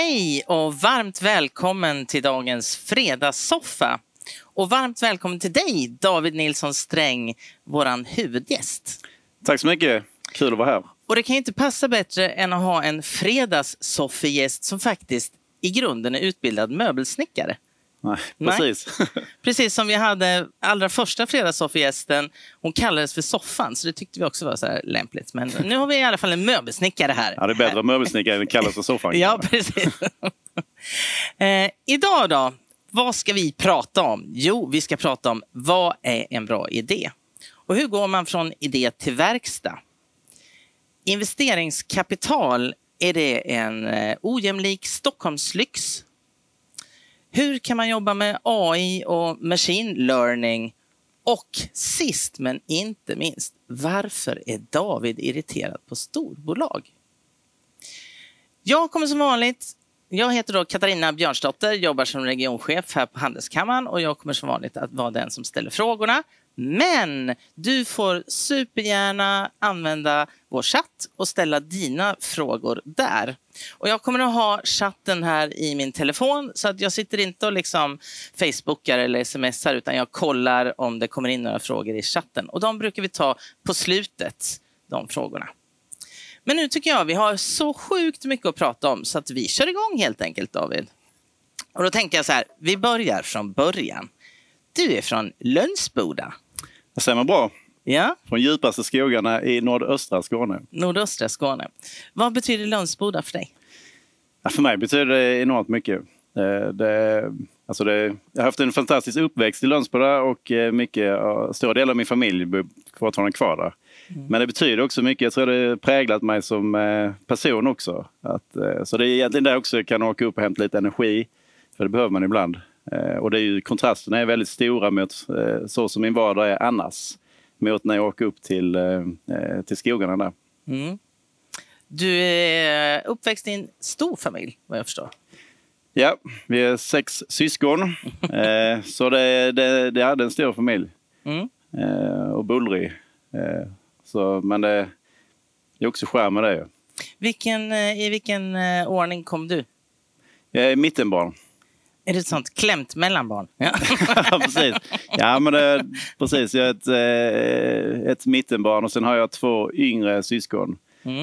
Hej och varmt välkommen till dagens fredagssoffa. Och varmt välkommen till dig, David Nilsson Sträng, våran huvudgäst. Tack så mycket. Kul att vara här. Och det kan ju inte passa bättre än att ha en fredagssoffegäst som faktiskt i grunden är utbildad möbelsnickare. Nej, precis. Nej. Precis som vi hade allra första fredagssoffegästen. Hon kallades för Soffan, så det tyckte vi också var så här lämpligt. Men nu har vi i alla fall en möbelsnickare här. Ja, det är bättre möbelsnickare än att kallas för Soffan. Ja, precis. Idag då, vad ska vi prata om? Jo, vi ska prata om vad är en bra idé? Och hur går man från idé till verkstad? Investeringskapital, är det en ojämlik Stockholmslyx? Hur kan man jobba med AI och machine learning? Och sist men inte minst, varför är David irriterad på storbolag? Jag kommer som vanligt, jag heter då Katarina Björnsdotter, jobbar som regionchef här på Handelskammaren och jag kommer som vanligt att vara den som ställer frågorna. Men du får supergärna använda vår chatt och ställa dina frågor där. Och jag kommer att ha chatten här i min telefon så att jag sitter inte och liksom facebookar eller smsar utan jag kollar om det kommer in några frågor i chatten. Och de brukar vi ta på slutet, de frågorna. Men nu tycker jag vi har så sjukt mycket att prata om så att vi kör igång helt enkelt, David. Och då tänker jag så här, vi börjar från början. Du är från Lönsboda. Det stämmer bra. Ja. Från djupaste skogarna i nordöstra Skåne. Nordöstra Skåne. Vad betyder Lönsboda för dig? Ja, för mig betyder det enormt mycket. Jag har haft en fantastisk uppväxt i Lönsboda och stora delar av min familj fortfarande kvar där. Men det betyder också mycket. Jag tror det präglat mig som person också. Så det är egentligen där också jag kan åka upp och hämta lite energi. För det behöver man ibland. Och det är ju, kontrasterna är väldigt stora mot så som min vardag är annars. Mot när jag åker upp till skogarna där. Mm. Du är uppväxt i en stor familj, vad jag förstår. Ja, vi är 6 syskon. Så det är en stor familj. Och bullrig. Men det är också skärm med det. I vilken ordning kom du? Jag är mittenbarn. Är det ett sånt klämt mellanbarn? Ja, precis. Ja, men precis. Jag är ett mittenbarn och sen har jag 2 yngre syskon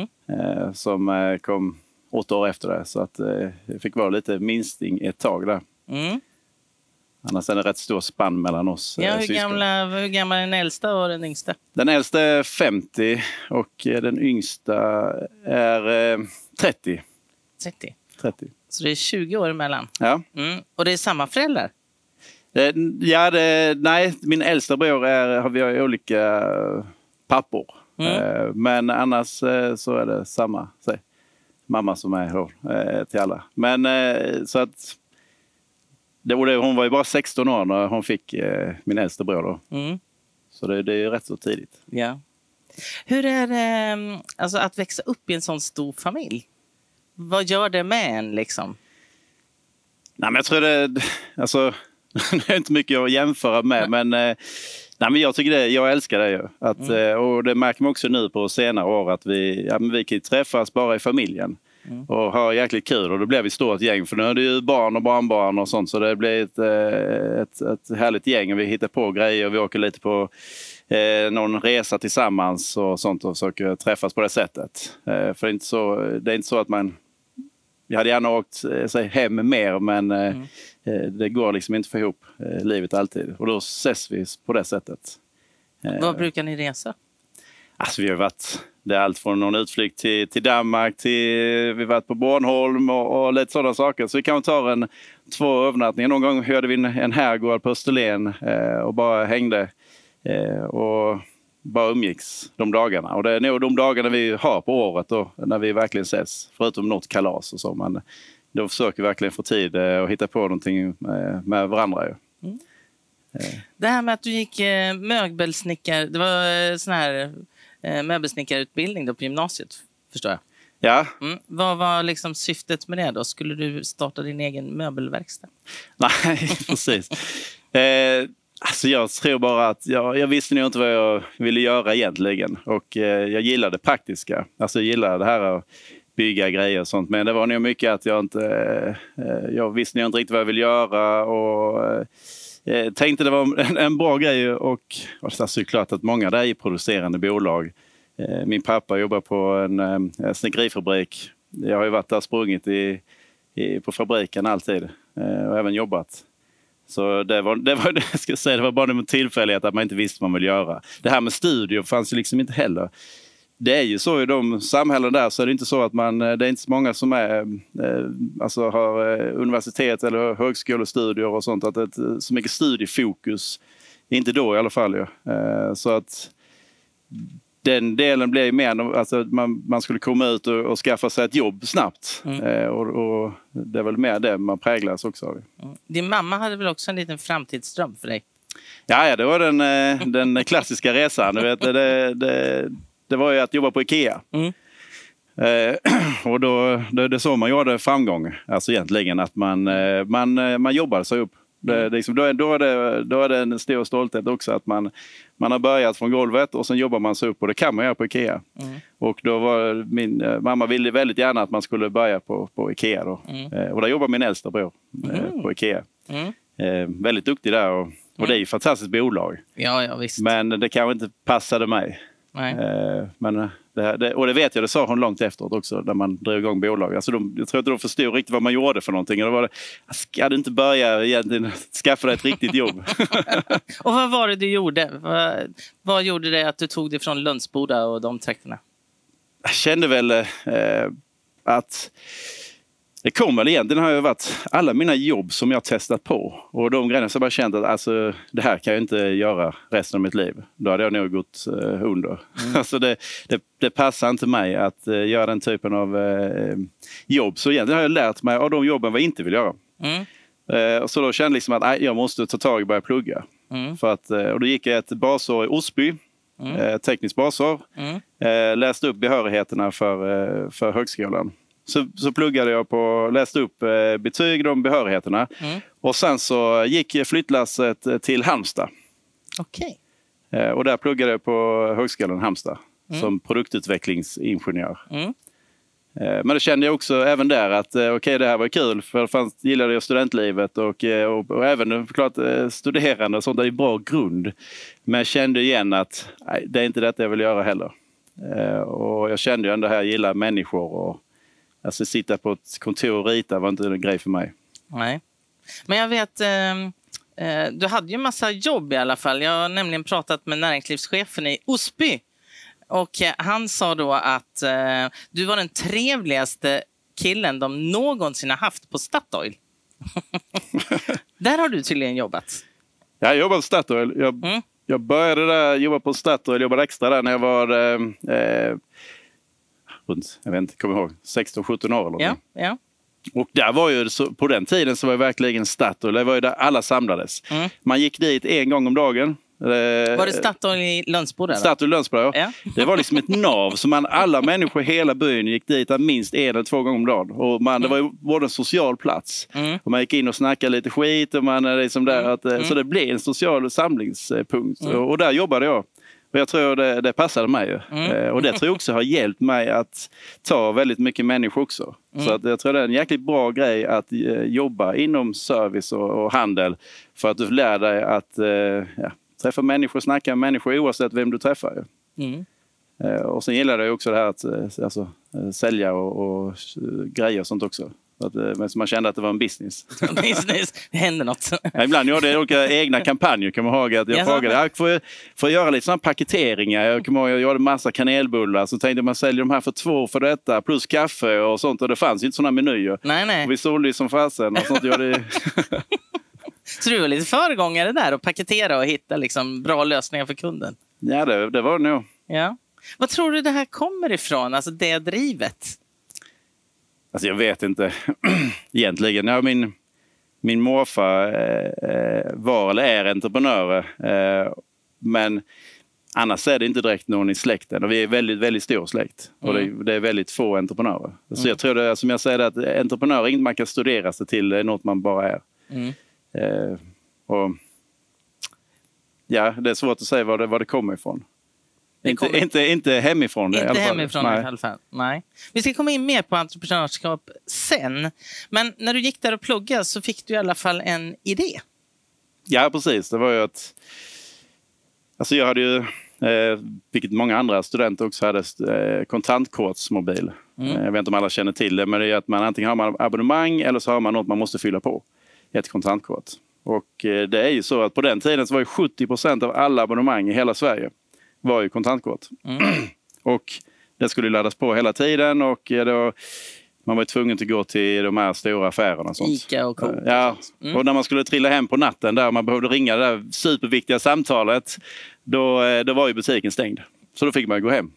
som kom 8 år efter det. Så att jag fick vara lite minsting ett tag där. Annars är det rätt stor spann mellan oss syskon. Hur gammal är den äldsta och den yngsta? Den äldsta är 50 och den yngsta är 30. 30. Så det är 20 år emellan. Ja. Och det är samma föräldrar? Nej, min äldsta bror vi har olika pappor. Men annars så är det samma mamma som är här till alla. Men så att hon var ju bara 16 år när hon fick min äldsta bror då. Så det är rätt så tidigt. Ja. Hur är det att växa upp i en sån stor familj? Vad gör det med en liksom? Nej, men jag tror det är inte mycket att jämföra med. Men jag tycker jag älskar det ju. Och det märker man också nu på senare år att vi kan träffas bara i familjen. Och ha jäkligt kul och då blir vi stort gäng. För nu är det ju barn och barnbarn och sånt. Så det blir ett härligt gäng och vi hittar på grejer. Och vi åker lite på någon resa tillsammans och sånt och försöker träffas på det sättet. För det är inte så att jag hade gärna åkt hem mer men det går liksom inte för ihop livet alltid. Och då ses vi på det sättet. Vad brukar ni resa? Alltså vi har varit, det är allt från någon utflykt till Danmark till vi har varit på Bornholm och lite sådana saker. Så vi kan ta 2 övernattningar. Någon gång hörde vi en herrgård på Österlen och bara hängde och bara umgicks de dagarna. Och det är nog de dagarna vi har på året då, när vi verkligen ses. Förutom något kalas och så. Men då försöker vi verkligen få tid och hitta på någonting med varandra. Det här med att du gick möbelsnickare, det var sån här möbelsnickarutbildning då på gymnasiet, förstår jag. Ja. Vad var liksom syftet med det då? Skulle du starta din egen möbelverkstad? Nej, precis. Alltså jag tror bara att jag visste nog inte vad jag ville göra egentligen. Och jag gillade det praktiska. Alltså jag gillade det här att bygga grejer och sånt. Men det var nog mycket att jag visste inte riktigt vad jag ville göra och tänkte det var en bra grej. Och det är såklart att många där är producerande bolag. Min pappa jobbar på en snickerifabrik. Jag har ju varit där sprungit på fabriken alltid och även jobbat. Så det var bara en tillfällighet att man inte visste vad man ville göra. Det här med studier fanns ju liksom inte heller. Det är ju så i de samhällen där så är det inte så att det är inte så många som har universitet eller högskolestudier och sånt. Att det är så mycket studiefokus, inte då i alla fall. Ja. Så att den delen blev mer alltså man skulle komma ut och skaffa sig ett jobb snabbt. Och det är väl mer det man präglas också av. Din mamma hade väl också en liten framtidsdröm för dig? Ja, det var den klassiska resan. Du vet, det var ju att jobba på IKEA. Och då det så man gjorde framgång. Alltså egentligen att man jobbade sig upp. Då är det en stor stolthet också att man har börjat från golvet och sen jobbar man sig upp och det kan man göra på IKEA. Och då var min mamma ville väldigt gärna att man skulle börja på IKEA då. Och där jobbar min äldsta bror på IKEA. Väldigt duktig där och det är ju ett fantastiskt bolag. Ja, visst. Men det kanske inte passade mig. Nej. Men och det vet jag, det sa hon långt efteråt också när man drog igång bolag. Alltså jag tror inte de förstod riktigt vad man gjorde för någonting. Och då var det, ska du inte börja egentligen skaffa dig ett riktigt jobb? Och vad var det du gjorde? Vad gjorde det att du tog dig från Lundsboda och de trakterna? Jag kände väl att det kom väl egentligen har ju varit alla mina jobb som jag testat på. Och de grejerna så jag bara känt att alltså, det här kan jag inte göra resten av mitt liv. Då hade jag nog gått under. Alltså det passar inte mig att göra den typen av jobb. Så egentligen har jag lärt mig av de jobben vad jag inte vill göra. Och så då kände jag liksom att jag måste ta tag och börja plugga. För att, och då gick jag ett basår i Osby. Tekniskt basår. Läste upp behörigheterna för högskolan. Så pluggade jag läste upp betyg, de behörigheterna. Och sen så gick flyttlasset till Halmstad. Okej. Och där pluggade jag på högskolan Halmstad som produktutvecklingsingenjör. Men det kände jag också även där att det här var kul. För gillade jag studentlivet och även klart studerande och sånt. Det är bra grund. Men jag kände igen att det är inte detta jag vill göra heller. Och jag kände ju ändå här gillar människor och alltså sitta på ett kontor och rita var inte en grej för mig. Nej. Men jag vet, du hade ju massa jobb i alla fall. Jag har nämligen pratat med näringslivschefen i Osby. Och han sa då att du var den trevligaste killen de någonsin har haft på Statoil. Där har du tydligen jobbat. Jag jobbade på Statoil. Jag började där, jobba på Statoil, jobbade extra där när jag var runt, jag vet inte, kommer ihåg, 16-17 år eller ja. Och där var ju, på den tiden så var det verkligen Statoil, det var ju där alla samlades. Man gick dit en gång om dagen. Var det Statoil i Lundsboda? Statoil i Lundsboda, ja. Det var liksom ett nav, så alla människor i hela byn gick dit minst 1 eller 2 gånger om dagen. Och det var ju både en social plats. Och man gick in och snackade lite skit och man liksom där så det blev en social samlingspunkt. Och där jobbade jag. Och jag tror det passade mig ju. Och det tror jag också har hjälpt mig att ta väldigt mycket människor också. Så att jag tror det är en jäkligt bra grej att jobba inom service och handel. För att du lär dig att träffa människor, snacka med människor oavsett vem du träffar. Och sen gillar jag också det här att sälja och grejer och sånt också. Men man kände att det var en business. Det hände något. Ibland gjorde jag olika egna kampanjer. Kan man ihåg att jag frågade, får jag göra lite sådana paketeringar? Jag kommer ihåg, jag gjorde massa kanelbullar. Så tänkte man sälja de här för 2 för detta. Plus kaffe och sånt. Och det fanns inte sådana menyer. Nej. Och vi sålde ju som fasen. Och sånt Så du var lite föregångare där och paketera och hitta liksom bra lösningar för kunden? Ja, det var det nog. Ja. Vad tror du det här kommer ifrån? Alltså det drivet? Alltså jag vet inte egentligen. Ja, min morfar var eller är entreprenör. Men annars är det inte direkt någon i släkten. Och vi är väldigt, väldigt stor släkt. Och det är väldigt få entreprenörer. Så jag tror det, som jag säger, att entreprenörer är inget man kan studera sig till. Det är något man bara är. Och ja, det är svårt att säga var det kommer ifrån. Inte hemifrån. Inte hemifrån i alla fall. Nej. Vi ska komma in mer på entreprenörskap sen. Men när du gick där och pluggade så fick du i alla fall en idé. Ja, precis. Det var ju att... Alltså jag hade ju, vilket många andra studenter också hade, kontantkortsmobil. Jag vet inte om alla känner till det, men det är att man antingen har man abonnemang eller så har man något man måste fylla på. Ett kontantkort. Och det är ju så att på den tiden så var ju 70% av alla abonnemang i hela Sverige var ju kontantkort. Och det skulle laddas på hela tiden och då, man var tvungen att gå till de här stora affärerna. Och sånt. Ica och Coop. Ja, och när man skulle trilla hem på natten där man behövde ringa det där superviktiga samtalet, då var ju butiken stängd. Så då fick man gå hem.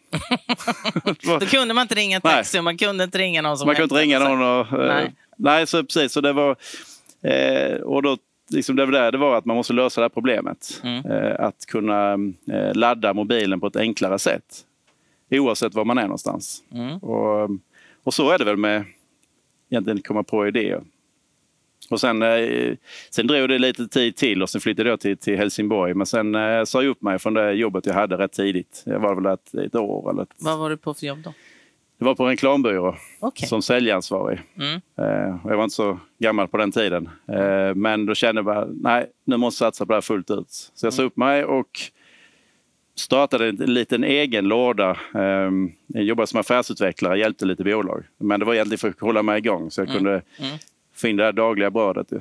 Då kunde man inte ringa taxi och man kunde inte ringa någon som man kunde inte ringa någon. Nej, så precis. Så det var... och då liksom det var att man måste lösa det här problemet. Att kunna ladda mobilen på ett enklare sätt. Oavsett var man är någonstans. Och så är det väl med egentligen komma på idéer. Och sen drog det lite tid till och sen flyttade jag till Helsingborg. Men sen sa jag upp mig från det jobbet jag hade rätt tidigt. Jag var väl ett år. Eller Vad var du på för jobb då? Det var på en reklambyrå som säljansvarig. Jag var inte så gammal på den tiden. Men då kände jag bara, nej, nu måste jag satsa på det här fullt ut. Så jag sa upp mig och startade en liten egen låda. Jag jobbade som affärsutvecklare, hjälpte lite bolag. Men det var egentligen för att hålla mig igång så jag kunde få in det här dagliga brödet.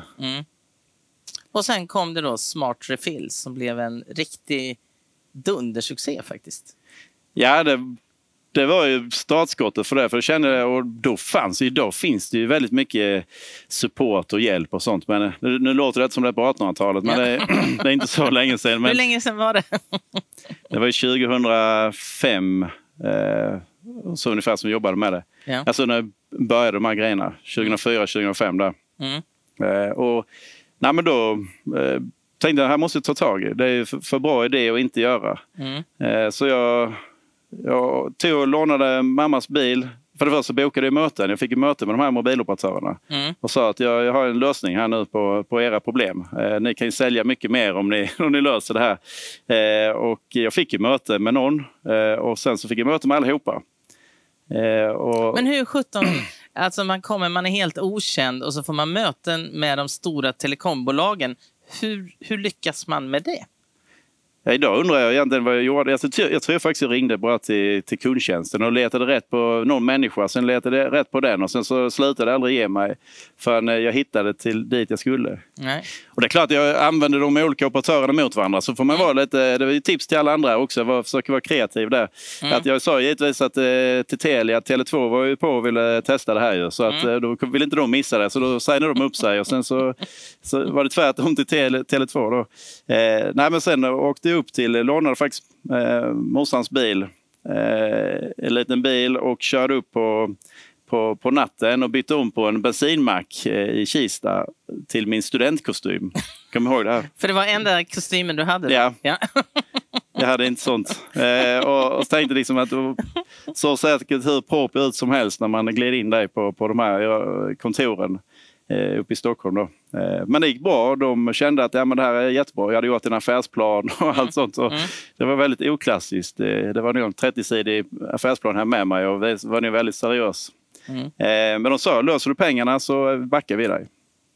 Och sen kom det då Smart Refills som blev en riktig dundersuccé faktiskt. Ja, det var ju startskottet för det. För jag kände, och då finns det ju väldigt mycket support och hjälp och sånt. Men nu låter det som det är på 1800-talet. Men det är inte så länge sedan. Men hur länge sedan var det? Det var ju 2005 så ungefär som vi jobbade med det. Ja. Alltså när jag började de här grejerna. 2004-2005 där. Och nej, men då tänkte jag, här måste jag ta tag i. Det är för bra idé att inte göra. Så jag tog och lånade mammas bil. För det första bokade jag möten. Jag fick ett möte med de här mobiloperatörerna. Och sa att jag har en lösning här nu på era problem. Ni kan ju sälja mycket mer om ni löser det här. Och jag fick ett möte med någon. Och sen så fick jag möte med allihopa. Men hur 17... Alltså man är helt okänd och så får man möten med de stora telekombolagen. Hur lyckas man med det? Ja, idag undrar jag egentligen vad jag gjorde. Jag tror faktiskt jag ringde bara till kundtjänsten och letade rätt på någon människa. Sen letade jag rätt på den och sen så slutade det aldrig ge mig förrän jag hittade till dit jag skulle. Nej. Och det är klart jag använde de olika operatörerna mot varandra. Så får man vara lite, det var ju tips till alla andra också. Försöka vara kreativ där. Att jag sa givetvis att till Telia, Tele2 var ju på och ville testa det här ju. Så att då ville inte de missa det. Så då signade de upp sig och sen så var det tvärtom till Tele2 då. Nej, men sen åkte jag upp till, lånade faktiskt morsans bil, en liten bil och körde upp på natten och bytte om på en bensinmack i Kista till min studentkostym. Kommer du ihåg det här? För det var enda kostymen du hade? Ja. Jag hade inte sånt. Och tänkte liksom att så säkert hur proper ut som helst när man gled in där på de här kontoren uppe i Stockholm då. Men det gick bra och de kände att men det här är jättebra. Jag hade gjort en affärsplan och allt sånt. Och det var väldigt oklassiskt. Det var nog en 30-sidig affärsplan här med mig och var nog väldigt seriös. Men de sa, löser du pengarna så backar vi dig.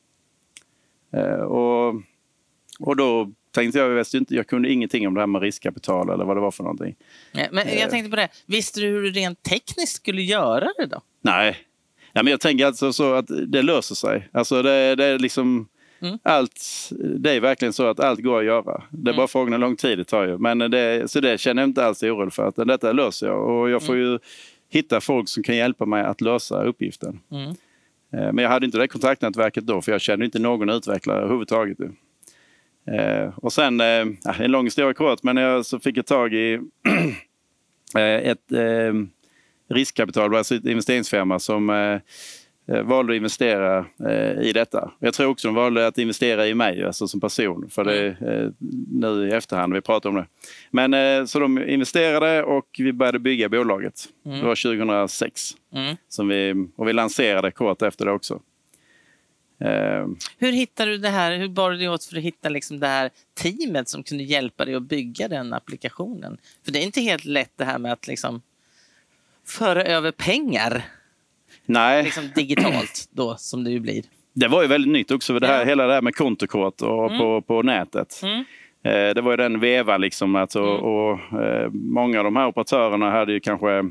Och då tänkte jag kunde ingenting om det här med riskkapital eller vad det var för någonting. Ja, men jag tänkte på det. Visste du hur du rent tekniskt skulle göra det då? Nej. Ja, men jag tänker alltså så att det löser sig. Alltså det är liksom allt. Det är verkligen så att allt går att göra. Det är bara frågan hur lång tid det tar ju. Men så det känner jag inte alls orolig för att detta löser jag. Och jag får ju hitta folk som kan hjälpa mig att lösa uppgiften. Men jag hade inte det kontaktnätverket då för jag kände inte någon utvecklare överhuvudtaget. Och sen, en lång historia kort, men så fick jag tag i ett riskkapital, alltså ett investeringsfirma som valde att investera i detta. Jag tror också de valde att investera i mig alltså som person, för det nu i efterhand vi pratar om det. Men så de investerade och vi började bygga bolaget. Det var 2006 som vi lanserade kort efter det också. Hur hittade du det här? Hur bar du dig åt för att hitta liksom det här teamet som kunde hjälpa dig att bygga den applikationen? För det är inte helt lätt det här med att liksom föra över pengar. Nej. Liksom digitalt då, som det ju blir. Det var ju väldigt nytt också, det här, hela det här med kontokort och på nätet. Det var ju den vevan liksom. Och många av de här operatörerna hade ju kanske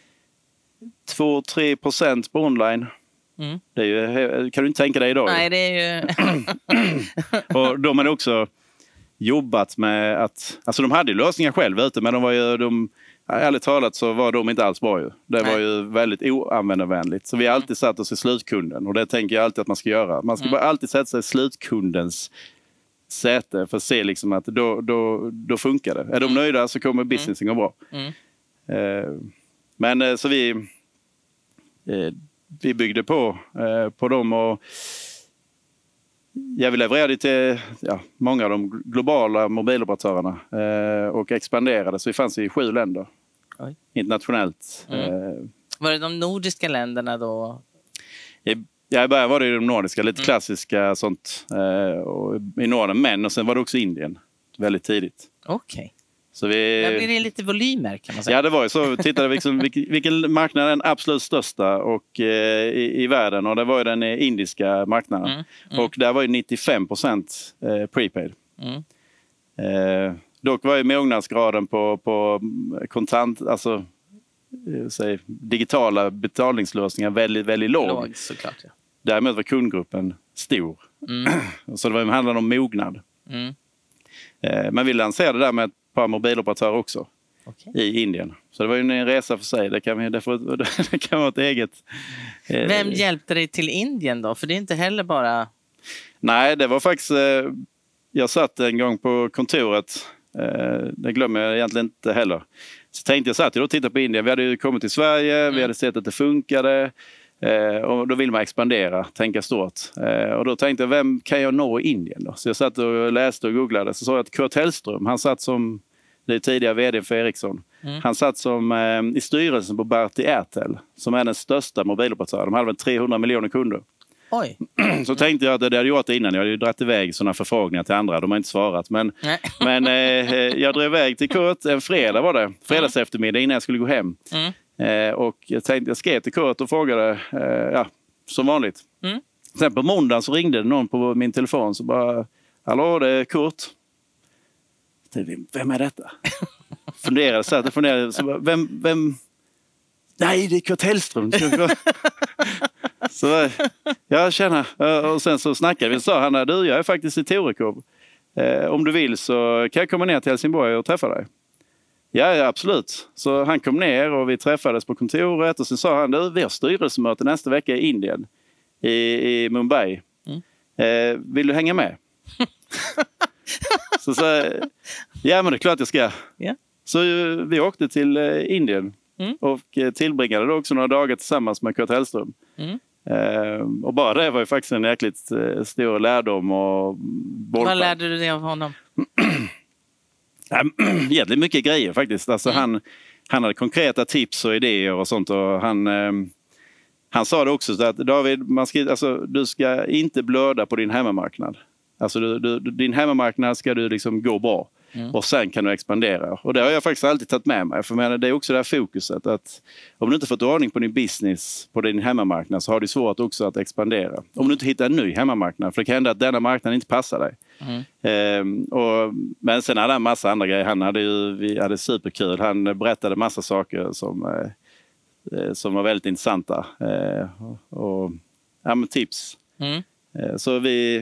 2-3% på online. Det är ju, kan du inte tänka dig idag? Nej, det är ju... Och de hade också jobbat med att... Alltså de hade ju lösningar själv ute, men de var ju... Ärligt talat så var de inte alls bra ju. Det var ju väldigt oanvändarvänligt. Så vi har alltid satt oss i slutkunden. Och det tänker jag alltid att man ska göra. Man ska bara alltid sätta sig i slutkundens säte för att se liksom att då funkar det. Är de nöjda så kommer businessen gå bra. Men så vi byggde på dem och jag vill leverera till många av de globala mobiloperatörerna och expanderade. Så vi fanns i 7 länder internationellt. Var det de nordiska länderna då? I början var det de nordiska, lite klassiska sånt och i Norden, men och sen var det också Indien väldigt tidigt. Okej. Så där blir det lite volymer kan man säga. Ja, det var ju så. Tittade liksom, vilken marknad är den absolut största och, i världen, och det var ju den indiska marknaden. Och där var ju 95% prepaid. Dock var ju mognadsgraden på kontant, alltså digitala betalningslösningar väldigt, väldigt låg. Såklart, ja. Däremot var kundgruppen stor. Så det handlade om mognad. Men vi lanserade det där med ett par mobiloperatörer också i Indien. Så det var ju en resa för sig. Det kan vara ett eget... Vem hjälpte dig till Indien då? För det är inte heller bara... Nej, det var faktiskt... Jag satt en gång på kontoret. Det glömmer jag egentligen inte heller. Så tänkte jag satt och tittade på Indien. Vi hade ju kommit till Sverige. Vi hade sett att det funkade. Och då vill man expandera, tänka stort. Och då tänkte jag, vem kan jag nå i Indien då? Så jag satt och läste och googlade. Så såg jag att Kurt Hellström, han satt som... Det är tidigare vd för Ericsson. Han satt som i styrelsen på Bharti Airtel, som är den största mobiloperatören. De hade väl 300 miljoner kunder. Oj. Så tänkte jag att det hade jag gjort det innan. Jag hade ju dratt iväg sådana förfrågningar till andra. De har inte svarat. Men jag drev iväg till Kurt en fredag var det. Fredags eftermiddag innan jag skulle gå hem. Och jag skrev till Kurt och frågade, som vanligt. Sen på måndagen så ringde det någon på min telefon. Så bara, hallå, det är Kurt. Vem är detta? Funderade. Så bara, vem? Nej, det är Kurt Hellström. Så jag känner. Och sen så snackade vi och sa han, du, jag är faktiskt i Torekov. Om du vill så kan jag komma ner till Helsingborg och träffa dig. Ja, absolut. Så han kom ner och vi träffades på kontoret och sen sa han, du, vi har styrelsemöte nästa vecka i Indien. I Mumbai. Vill du hänga med? Så ja, men det är klart jag ska. Yeah. Så vi åkte till Indien och tillbringade då också några dagar tillsammans med Kurt Hellström. Och bara det var ju faktiskt en jäkligt stor lärdom. Och vad lärde du dig av honom? Egentligen mycket grejer faktiskt. Alltså han hade konkreta tips och idéer och sånt. Och han sa det också så att David, du ska inte blöda på din hemmamarknad. Alltså din hemmamarknad ska du liksom gå bra. Och sen kan du expandera. Och det har jag faktiskt alltid tagit med mig. För det är också det här fokuset att om du inte fått ordning på din business på din hemmamarknad så har du svårt också att expandera. Om du inte hittar en ny hemmamarknad. För det kan hända att denna marknad inte passar dig. Men sen hade han massa andra grejer. Vi hade superkul. Han berättade massa saker som var väldigt intressanta. Och tips. Så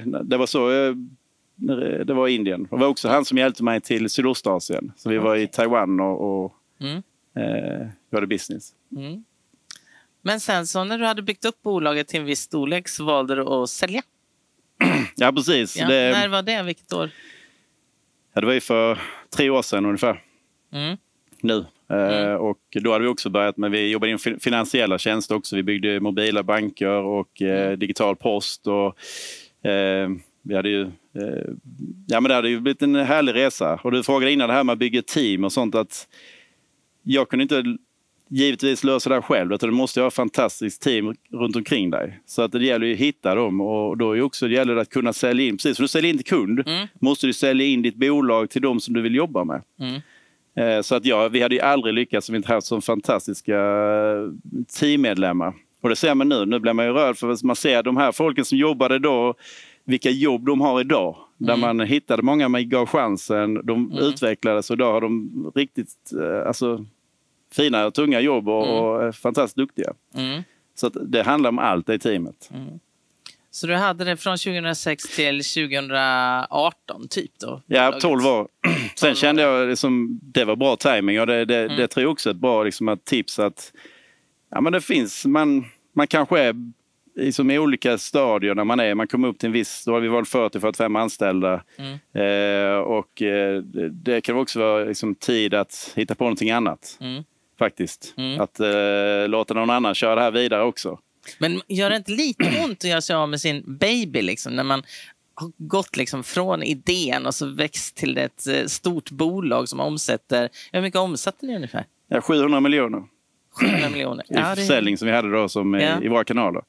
det var Indien. Det var också han som hjälpte mig till Sydostasien. Så vi var i Taiwan och gjorde business. Men sen så när du hade byggt upp bolaget till en viss storlek så valde du att sälja. Ja, precis. Ja, när var det? Vilket år? Ja, det var ju för 3 år sedan ungefär. Nu. Och då hade vi också börjat med, vi jobbade in finansiella tjänster också. Vi byggde mobila banker och digital post och vi hade ju men det hade ju blivit en härlig resa. Och du frågade innan det här med att bygga team och sånt att jag givetvis lösa det här själv. Utan du måste ha ett fantastiskt team runt omkring dig. Så att det gäller ju att hitta dem. Och då är också, det gäller att kunna sälja in. Precis som du säljer in till kund måste du sälja in ditt bolag till dem som du vill jobba med. Så att vi hade ju aldrig lyckats om vi inte haft så fantastiska teammedlemmar. Och det ser man nu. Nu blir man ju rörd för man ser de här folken som jobbade då, vilka jobb de har idag. Där man hittade många, man gav chansen, de utvecklades och idag har de riktigt fina och tunga jobb och är fantastiskt duktiga. Så att det handlar om allt i teamet. Så du hade det från 2006 till 2018 typ då? Ja, 12 år. Sen kände jag liksom, det var bra timing och det tror jag också är ett bra liksom, ett tips att men det finns, man kanske är liksom i olika stadier när man kommer upp till en viss, då har vi valt 40-45 anställda och det kan också vara liksom, tid att hitta på någonting annat faktiskt. Att låta någon annan köra det här vidare också. Men gör det inte lite ont att göra sig av med sin baby liksom, när man har gått liksom från idén och så växt till ett stort bolag som omsätter, hur mycket omsätter ni ungefär? Ja, 700 miljoner. 700 miljoner. I försäljning som vi hade då som i våra kanaler.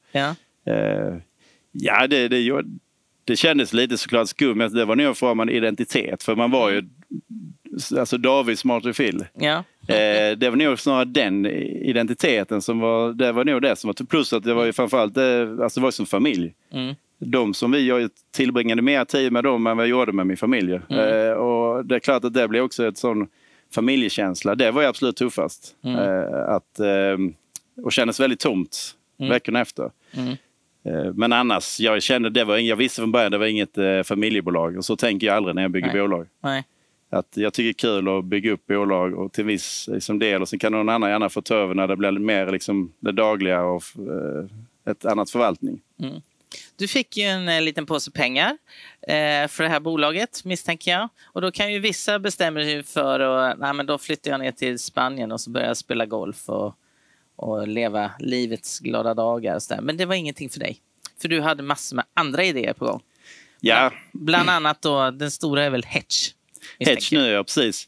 Ja, det kändes lite såklart skum. Det var nog för en identitet. För man var ju alltså David Smarterfield. Det var nog snarare den identiteten som var, det var nog det som var, plus att det var ju framförallt det var som familj. De som vi tillbringade mer tid med dem än vad jag gjorde med min familj. Och det är klart att det blev också ett sån familjekänsla. Det var ju absolut tuffast. Och kändes väldigt tomt veckorna efter. Men annars, jag visste från början det var inget familjebolag. Och så tänker jag aldrig när jag bygger bolag. Nej. Att jag tycker det är kul att bygga upp bolag och till viss liksom, del. Och sen kan någon annan gärna få ta över när det blir mer liksom, det dagliga och ett annat förvaltning. Du fick ju en liten påse pengar för det här bolaget, misstänker jag. Och då kan ju vissa bestämma sig för att då flyttar jag ner till Spanien och så börjar jag spela golf och leva livets glada dagar. Och så där. Men det var ingenting för dig. För du hade massor med andra idéer på gång. Ja. Bland annat då, den stora är väl Hedge. Hedge nu, ja precis.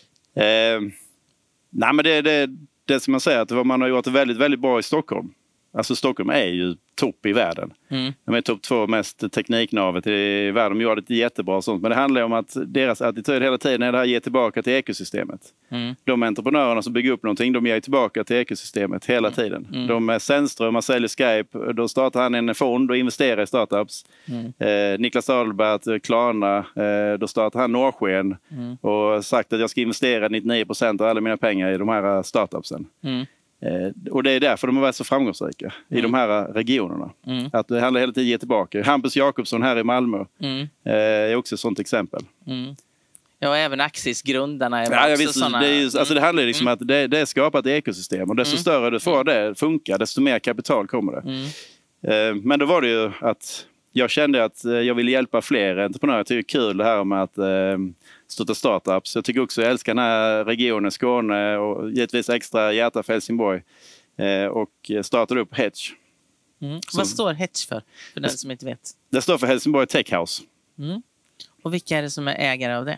Nej men det som man säger att man har gjort väldigt, väldigt bra i Stockholm. Alltså Stockholm är ju topp i världen. De är topp 2 mest tekniknavet i världen. De gör det jättebra och sånt. Men det handlar om att deras attityd hela tiden är det här ge tillbaka till ekosystemet. De entreprenörerna som bygger upp någonting, de ger tillbaka till ekosystemet hela tiden. De är Sennström, man säljer Skype. Då startar han en fond och investerar i startups. Niklas Adelbert, Klarna, då startar han Norrsken. Och sagt att jag ska investera 99% av alla mina pengar i de här startupsen. Och det är därför de har varit så framgångsrika i de här regionerna. Att det handlar hela tiden ge tillbaka. Hampus Jakobsson här i Malmö är också ett sånt exempel. Ja, och även Axis-grundarna är också sådana. Det handlar liksom att det är skapat ett ekosystem. Och desto större du får det funkar, desto mer kapital kommer det. Men då var det ju att jag kände att jag ville hjälpa fler entreprenörer. Jag tycker det är kul det här med att stötta startups. Jag tycker också jag älskar den här regionen, Skåne och givetvis extra hjärta för Helsingborg. Och startade upp Hedge. Vad står Hedge för den som inte vet? Det står för Helsingborg Tech House. Och vilka är det som är ägare av det?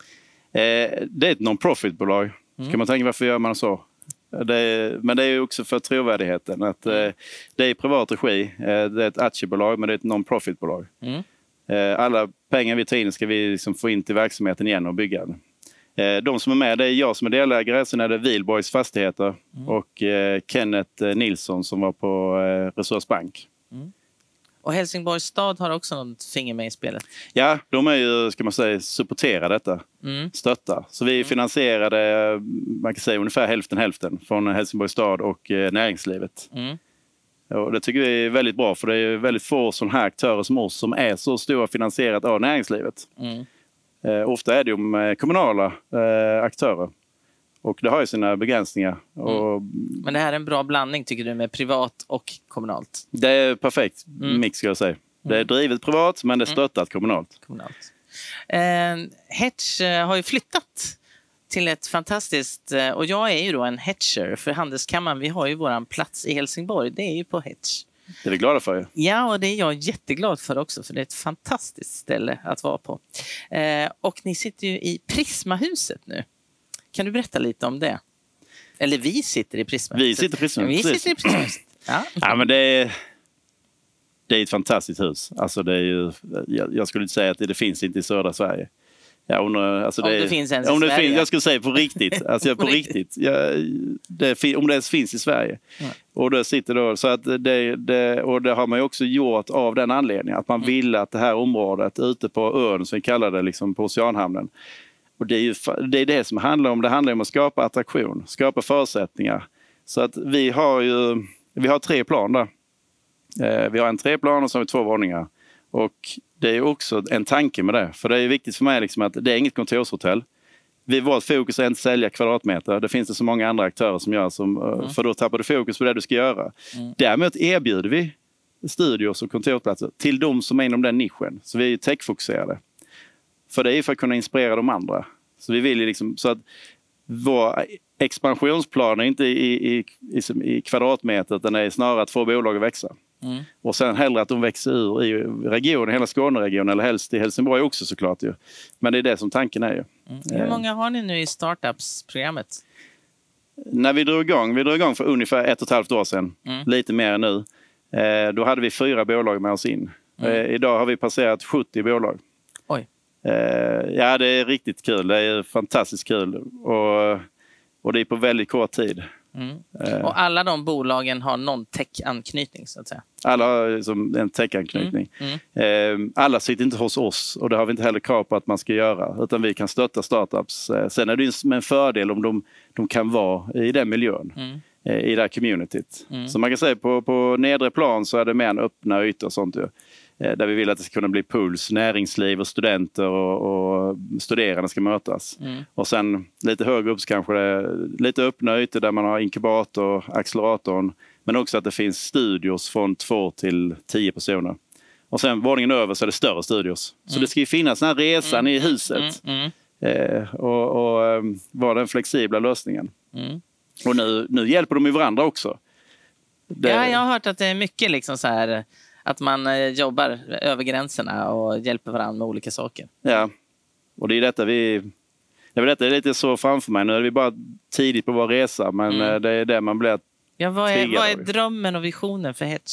Det är ett non-profit-bolag. Kan man tänka varför gör man så? Men det är ju också för trovärdigheten. Att, det är privat regi. Det är ett aktiebolag men det är ett non-profit-bolag. Alla pengar vi tar in ska vi liksom få in till verksamheten igen och bygga den. De som är med, det är jag som är delägare. Sen är det Wihlborgs fastigheter och Kenneth Nilsson som var på Resursbank. Och Helsingborgs stad har också något finger med i spelet. Ja, de är ju, ska man säga, supportera detta. Stötta. Så vi finansierade, man kan säga ungefär hälften från Helsingborgs stad och näringslivet. Och det tycker vi är väldigt bra för det är väldigt få sådana här aktörer som oss som är så stora finansierat av näringslivet. Ofta är det ju kommunala aktörer. Och det har ju sina begränsningar. Men det här är en bra blandning tycker du med privat och kommunalt? Det är perfekt mix ska jag säga. Det är drivet privat men det är stöttat kommunalt. Hedge har ju flyttat till ett fantastiskt, och jag är ju då en hedger för Handelskammaren. Vi har ju våran plats i Helsingborg, det är ju på Hedge. Det är vi glada för. Ja, och det är jag jätteglad för också för det är ett fantastiskt ställe att vara på. Och ni sitter ju i Prismahuset nu. Kan du berätta lite om det? Eller vi sitter i Prisma. Vi sitter i Prisma. Vi sitter i Prisma. Ja, men det är ett fantastiskt hus. Alltså det är ju, jag skulle inte säga att det finns inte i södra Sverige. Alltså om det finns ens i Sverige. Jag skulle säga på riktigt. Alltså på riktigt. Om det ens finns i Sverige. Ja. Och det sitter då, så att och det har man ju också gjort av den anledningen. Att man ville att det här området ute på ön, som vi kallar det liksom på Oceanhamnen. Och det är det som handlar om. Det handlar om att skapa attraktion. Skapa förutsättningar. Så att vi har 3 plan där. Vi har en 3-plan och så har vi 2 våningar. Och det är också en tanke med det. För det är viktigt för mig liksom att det är inget kontorshotell. Vårt fokus är inte att sälja kvadratmeter. Det finns det så många andra aktörer som gör. För då tappar du fokus på det du ska göra. Däremot erbjuder vi studios och kontorsplatser till de som är inom den nischen. Så vi är techfokuserade. För det är för att kunna inspirera de andra. Så vi vill ju liksom, så att vår expansionsplan är inte i kvadratmeter, utan det är snarare att få bolag att växa. Och sen hellre att de växer ur i regionen, hela Skåneregionen, eller helst i Helsingborg också såklart ju. Men det är det som tanken är ju. Hur många har ni nu i startups-programmet? När vi drog igång för ungefär 1,5 år sedan, lite mer nu. Då hade vi 4 bolag med oss in. Idag har vi passerat 70 bolag. Oj. Ja, det är riktigt kul. Det är fantastiskt kul. Och det är på väldigt kort tid. Och alla de bolagen har någon tech-anknytning så att säga? Alla har liksom en tech-anknytning. Alla sitter inte hos oss, och det har vi inte heller krav på att man ska göra. Utan vi kan stötta startups. Sen är det ju en fördel om de kan vara i den miljön. I det här communityt. Så man kan säga på nedre plan så är det mer en öppna ytor och sånt ju. Där vi vill att det ska kunna bli puls, näringsliv och studenter och studerande ska mötas. Och sen lite högre upp så kanske det är lite öppna ytor där man har inkubator, acceleratorn, men också att det finns studios från 2 till 10 personer. Och sen våningen över så är det större studios. Så det ska ju finnas den här resan i huset. Och vara den flexibla lösningen. Och nu hjälper de ju varandra också. Ja, jag har hört att det är mycket liksom så här, att man jobbar över gränserna och hjälper varandra med olika saker. Ja, och det är detta detta är lite så framför mig. Nu är vi bara tidigt på vår resa, men det är det man blir. Ja, vad är drömmen och visionen för Hedge?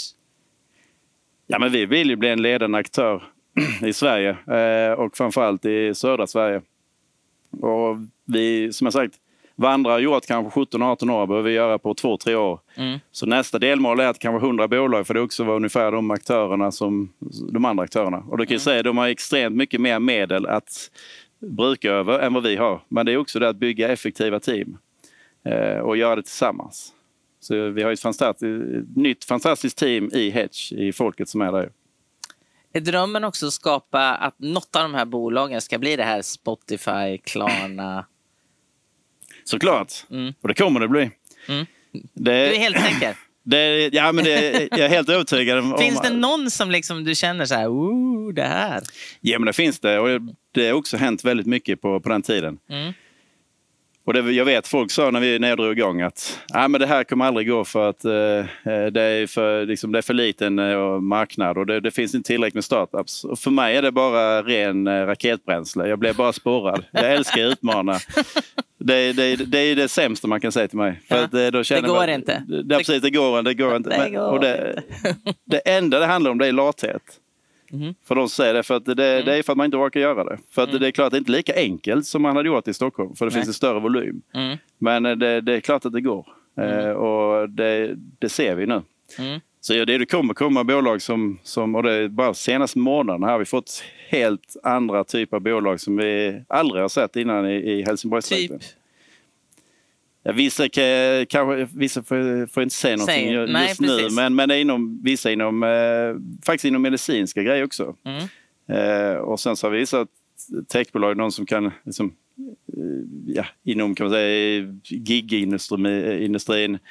Ja, men vi vill ju bli en ledande aktör i Sverige och framförallt i södra Sverige. Och vi, som jag sagt, vandrar har gjort kanske 17-18 år, behöver vi göra på 2-3 år. Så nästa delmål är att kanske 100 bolag, för det också var ungefär de aktörerna som de andra aktörerna. Och då kan jag säga att de har extremt mycket mer medel att bruka över än vad vi har. Men det är också det att bygga effektiva team och göra det tillsammans. Så vi har ett nytt fantastiskt team i Hedge, i folket som är där. Är drömmen också att skapa att något av de här bolagen ska bli det här Spotify, Klarna? Såklart. Och det kommer det bli. Du är helt säker? Jag är helt övertygad om. Finns det någon som liksom du känner så här, det här? Ja, men det finns det. Och det har också hänt väldigt mycket på den tiden. Och jag vet folk sa när jag drog igång att men det här kommer aldrig gå för att det är för liten marknad och det finns inte tillräckligt med startups. Och för mig är det bara ren raketbränsle. Jag blir bara spårad. Jag älskar att utmana. Det är det sämsta man kan säga till mig. För att, då känner det går inte. Det går inte. Det enda det handlar om det är lathet. För de säger det, för att det är för att man inte orkar göra det. För att det är klart att det inte är lika enkelt som man hade gjort i Stockholm. För det finns en större volym. Men det är klart att det går. Och det ser vi nu. Så det kommer komma bolag som och det är bara senaste månaden har vi fått helt andra typer av bolag som vi aldrig har sett innan i Helsingborgstrakten. Typ? Ja, vissa får inte säga någonting just nu, men det är faktiskt inom medicinska grejer också. Och sen så har vi vissa techbolag, någon som kan liksom, inom kan man säga gig-industrin.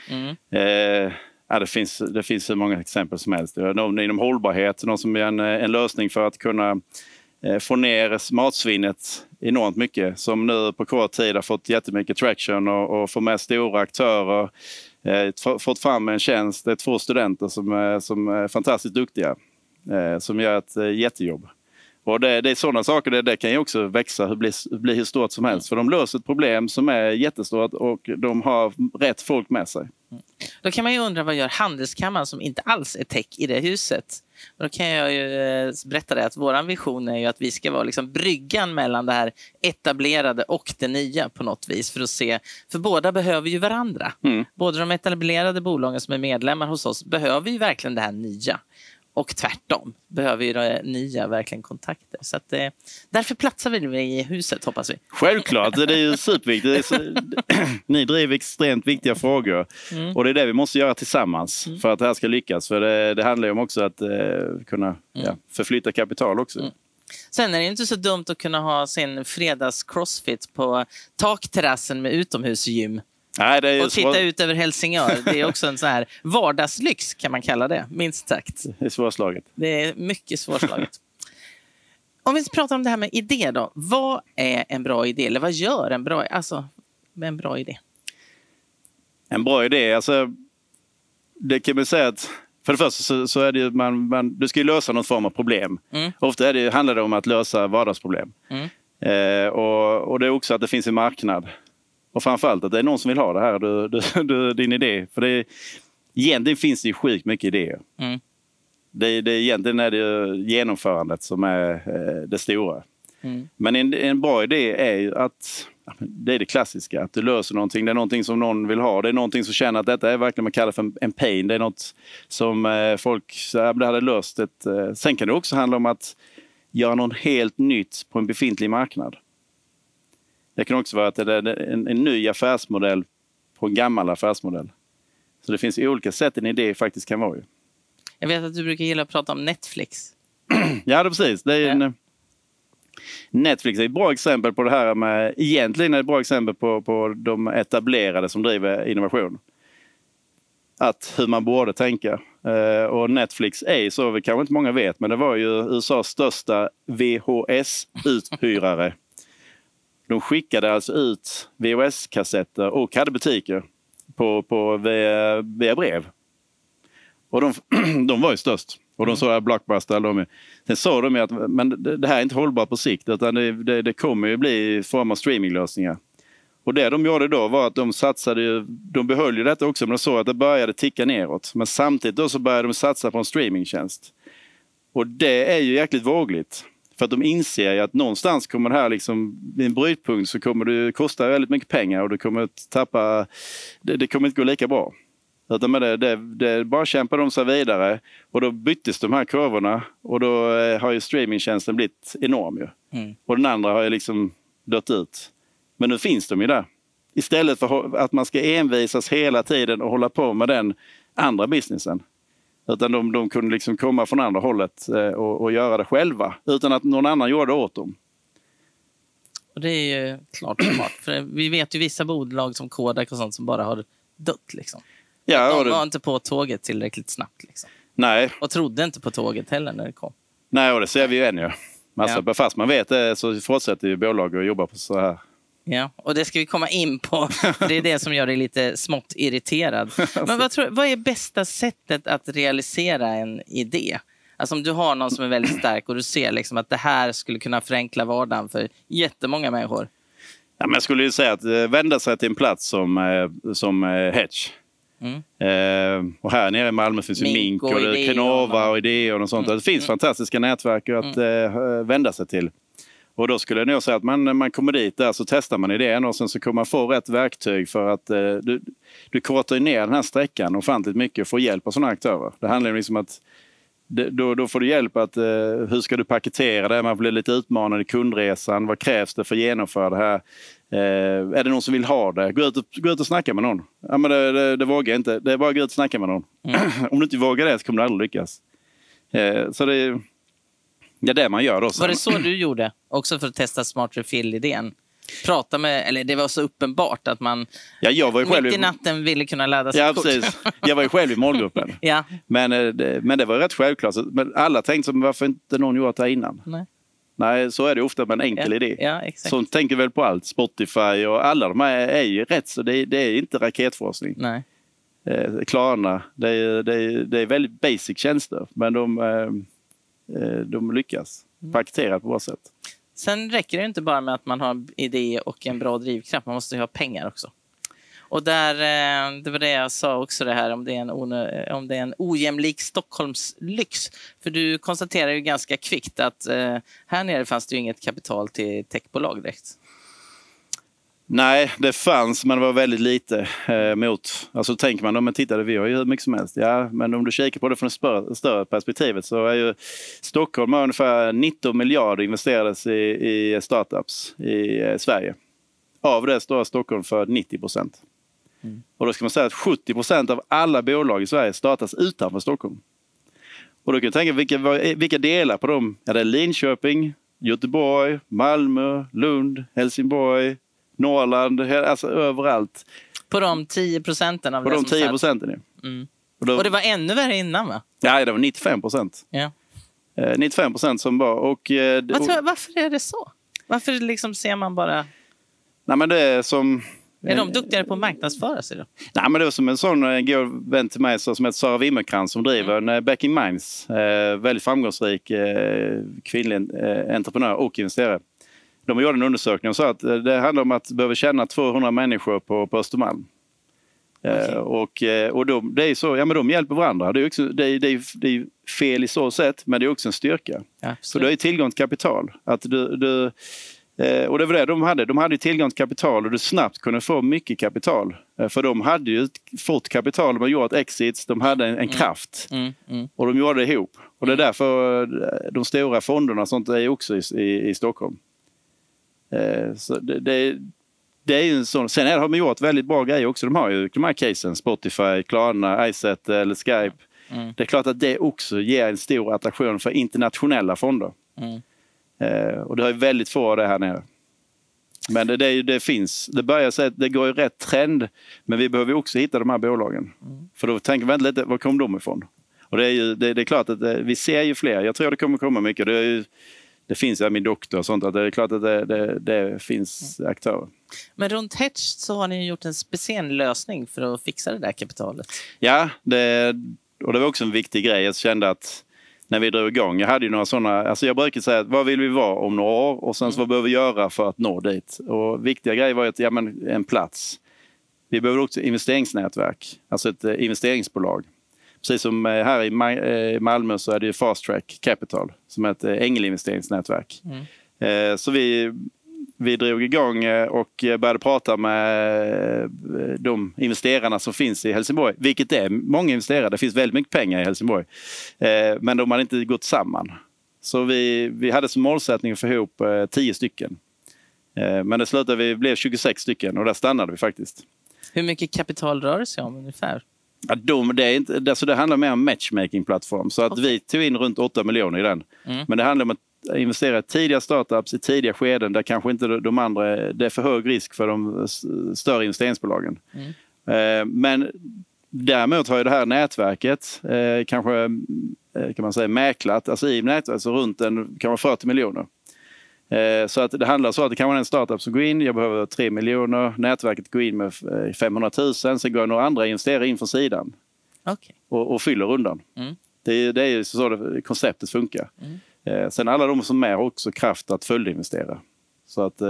Det finns så många exempel som helst. Någon inom hållbarhet, någon som är en lösning för att kunna få ner matsvinnet enormt mycket, som nu på kort tid har fått jättemycket traction och får med stora aktörer, fått fram en tjänst. Det är 2 studenter som är fantastiskt duktiga, som gör ett jättejobb. Och det är sådana saker, det kan ju också växa, bli hur stort som helst. För de löser ett problem som är jättestort och de har rätt folk med sig. Då kan man ju undra, vad gör Handelskammaren som inte alls är tech i det huset? Och då kan jag ju berätta det att vår vision är ju att vi ska vara liksom bryggan mellan det här etablerade och det nya på något vis. För båda behöver ju varandra. Både de etablerade bolagen som är medlemmar hos oss behöver ju verkligen det här nya. Och tvärtom behöver ju det nya verkligen kontakter. Så att, därför platsar vi i huset, hoppas vi. Självklart, det är ju superviktigt. Ni driver extremt viktiga frågor. Och det är det vi måste göra tillsammans för att det här ska lyckas. För det handlar ju om också att kunna förflytta kapital också. Sen är det inte så dumt att kunna ha sin fredags crossfit på takterrassen med utomhusgym. Nej, det är och titta ut över Helsingör. Det är också en sån här vardagslyx, kan man kalla det, minst sagt. Det är svårslaget. Det är mycket svårslaget. Om vi pratar om det här med idé då. Vad är en bra idé? Eller vad gör en bra idé? En bra idé, alltså det kan man säga att för det första så är det ju du ska ju lösa någon form av problem. Ofta handlar det om att lösa vardagsproblem. Och det är också att det finns en marknad. Och framförallt att det är någon som vill ha det här, din idé. För egentligen finns det ju sjukt mycket idéer. Egentligen är det genomförandet som är det stora. Men en bra idé är ju att det är det klassiska. Att du löser någonting. Det är någonting som någon vill ha. Det är någonting som känner att detta är verkligen man kallar för en pain. Det är något som folk hade löst. Sen kan det också handla om att göra något helt nytt på en befintlig marknad. Det kan också vara att det är en ny affärsmodell på en gammal affärsmodell. Så det finns olika sätt en idé faktiskt kan vara. Jag vet att du brukar gilla att prata om Netflix. Ja, det är precis. Det är Netflix är ett bra exempel på det här med... Egentligen är det ett bra exempel på de etablerade som driver innovation. Hur man borde tänka. Och Netflix är så, kanske inte många vet, men det var ju USAs största VHS-uthyrare. De skickade alltså ut VHS-kassetter och hade butiker via brev. Och de var ju störst. Och de sa Blockbuster. Sen sa de ju att men det här är inte hållbart på sikt. Utan det kommer ju bli i form av streaminglösningar. Och det de gjorde då var att de behöll ju detta också. Men de såg att det började ticka neråt. Men samtidigt då så började de satsa på en streamingtjänst. Och det är ju jäkligt vågligt. För att de inser ju att någonstans kommer det här liksom, vid en brytpunkt så kommer det kosta väldigt mycket pengar och du kommer att tappa, det kommer inte gå lika bra. Det är bara kämpar de sig vidare och då byttes de här kurvorna och då har ju streamingtjänsten blivit enorm ju. Och den andra har ju liksom dött ut. Men nu finns de ju där. Istället för att man ska envisas hela tiden och hålla på med den andra businessen. Utan de kunde liksom komma från andra hållet och göra det själva. Utan att någon annan gjorde det åt dem. Och det är ju klart smart. För vi vet ju vissa bolag som Kodak och sånt som bara har dött liksom. Ja, de var inte på tåget tillräckligt snabbt liksom. Nej. Och trodde inte på tåget heller när det kom. Nej, och det ser vi ju än ju. Alltså, fast man vet det så fortsätter ju bolag att jobba på så här. Ja, och det ska vi komma in på. Det är det som gör dig lite smått irriterad. Men vad är bästa sättet att realisera en idé? Alltså om du har någon som är väldigt stark och du ser liksom att det här skulle kunna förenkla vardagen för jättemånga människor. Ja, men jag skulle ju säga att vända sig till en plats som Hedge. Och här nere i Malmö finns ju Mink och Kenova och Idé och sånt. Det finns fantastiska nätverk att vända sig till. Och då skulle jag nog säga att man kommer dit där så testar man idén och sen så kommer man få rätt verktyg för att du kortar ner den här sträckan ofantligt mycket och får hjälp av sådana aktörer. Det handlar ju liksom att då får du hjälp att hur ska du paketera det? Man blir lite utmanad i kundresan. Vad krävs det för att genomföra det här? Är det någon som vill ha det? Gå ut och snacka med någon. Ja, men det vågar jag inte. Det är bara att gå ut och snacka med någon. Om du inte vågar det så kommer du aldrig lyckas. Så det är det man gör då. Var det så du gjorde? Också för att testa Smart Refill-idén? Prata med, eller det var så uppenbart att man jag var ju själv mitt i natten ville kunna ladda sitt kort. Precis. Jag var ju själv i målgruppen. Ja. Men det var rätt självklart. Men alla tänkte som varför inte någon gjort det här innan? Nej, så är det ofta med en enkel idé. Ja, exakt. Så tänker väl på allt. Spotify och alla de här är ju rätt. Så det är inte raketforskning. Nej. Klarna, det är väldigt basic tjänster. Men de lyckas paketera på bra sätt. Sen räcker det inte bara med att man har idé och en bra drivkraft. Man måste ju ha pengar också. Och där, det var det jag sa också, det här om det är en ojämlik Stockholmslyx. För du konstaterar ju ganska kvickt att här nere fanns det ju inget kapital till techbolag direkt. Nej, det fanns, men det var väldigt lite mot. Alltså tänker man, om man tittade, vi har ju hur mycket som helst. Ja, men om du kikar på det från det större perspektivet så är ju Stockholm har ungefär 19 miljarder investerades i startups i Sverige. Av det står Stockholm för 90%. Och då ska man säga att 70% av alla bolag i Sverige startas utanför Stockholm. Och då kan du tänka vilka delar på dem. Ja, det är Linköping, Göteborg, Malmö, Lund, Helsingborg, Norrland, alltså överallt. På de 10% av på det de 10%. Och det var ännu värre innan, va? Ja, det var 95%. Ja. 95% som var. Varför är det så? Varför liksom ser man bara... Nej, men det är som... Är de duktigare på att marknadsföra sig då? Nej, men det var som en sån god vän till mig som heter Sara Wimmerkrans som driver en Backing Minds. Väldigt framgångsrik kvinnlig entreprenör och investerare. De gjorde en undersökning och sa att det handlar om att behöva känna 200 människor på Östermalm. Och det är så, ja, men de hjälper varandra. Det är fel i så sätt, men det är också en styrka. Ja, så det är tillgång till kapital. Att och det var det de hade. De hade tillgång till kapital och du snabbt kunde få mycket kapital. För de hade ju fått kapital, de har gjort exits, de hade en kraft. Och de gjorde det ihop. Och det är därför de stora fonderna och sånt är också i Stockholm. Så det är ju en sån. Sen har de gjort väldigt bra grejer också. De har ju de här casen, Spotify, Klarna, iSet eller Skype. Det är klart att det också ger en stor attraktion för internationella fonder. Och det har ju väldigt få av det här nere. Men det finns. Det börjar säga att det går i rätt trend. Men vi behöver också hitta de här bolagen. För då tänker vi lite, var kom de ifrån? Och det är klart att vi ser ju fler. Jag tror det kommer komma mycket. Det finns ju min doktor och sånt. Att det är klart att det finns aktörer. Men runt Hedge så har ni gjort en speciell lösning för att fixa det där kapitalet. Ja, och det var också en viktig grej. Jag kände att när vi drog igång, jag hade ju några sådana, alltså jag brukar säga, vad vill vi vara om några år och sen så vad behöver vi göra för att nå dit? Och viktiga grejer var att, en plats. Vi behöver också investeringsnätverk, alltså ett investeringsbolag. Precis som här i Malmö så är det ju Fast Track Capital som är ett ängelinvesteringsnätverk. Så vi drog igång och började prata med de investerarna som finns i Helsingborg. Vilket är många investerare. Det finns väldigt mycket pengar i Helsingborg. Men de har inte gått samman. Så vi hade som målsättning att få ihop 10 stycken. Men det slutade vi blev 26 stycken och där stannade vi faktiskt. Hur mycket kapital rör det sig om ungefär? Ja, det handlar mer om matchmaking-plattform. Så att vi tog in runt 8 miljoner i den. Men det handlar om att investera i tidiga startups i tidiga skeden där kanske inte de andra, det är för hög risk för de större investeringsbolagen. Men däremot har ju det här nätverket kanske kan man säga mäklat, alltså i nätverket så runt kan vara 40 miljoner. Så att det handlar så att det kan vara en startup som går in, jag behöver 3 miljoner, nätverket går in med 500 000, sen går några andra investerare in från sidan och fyller rundan. Det är ju så konceptet funkar. Sen alla de som är också kraft att följdinvestera. Så att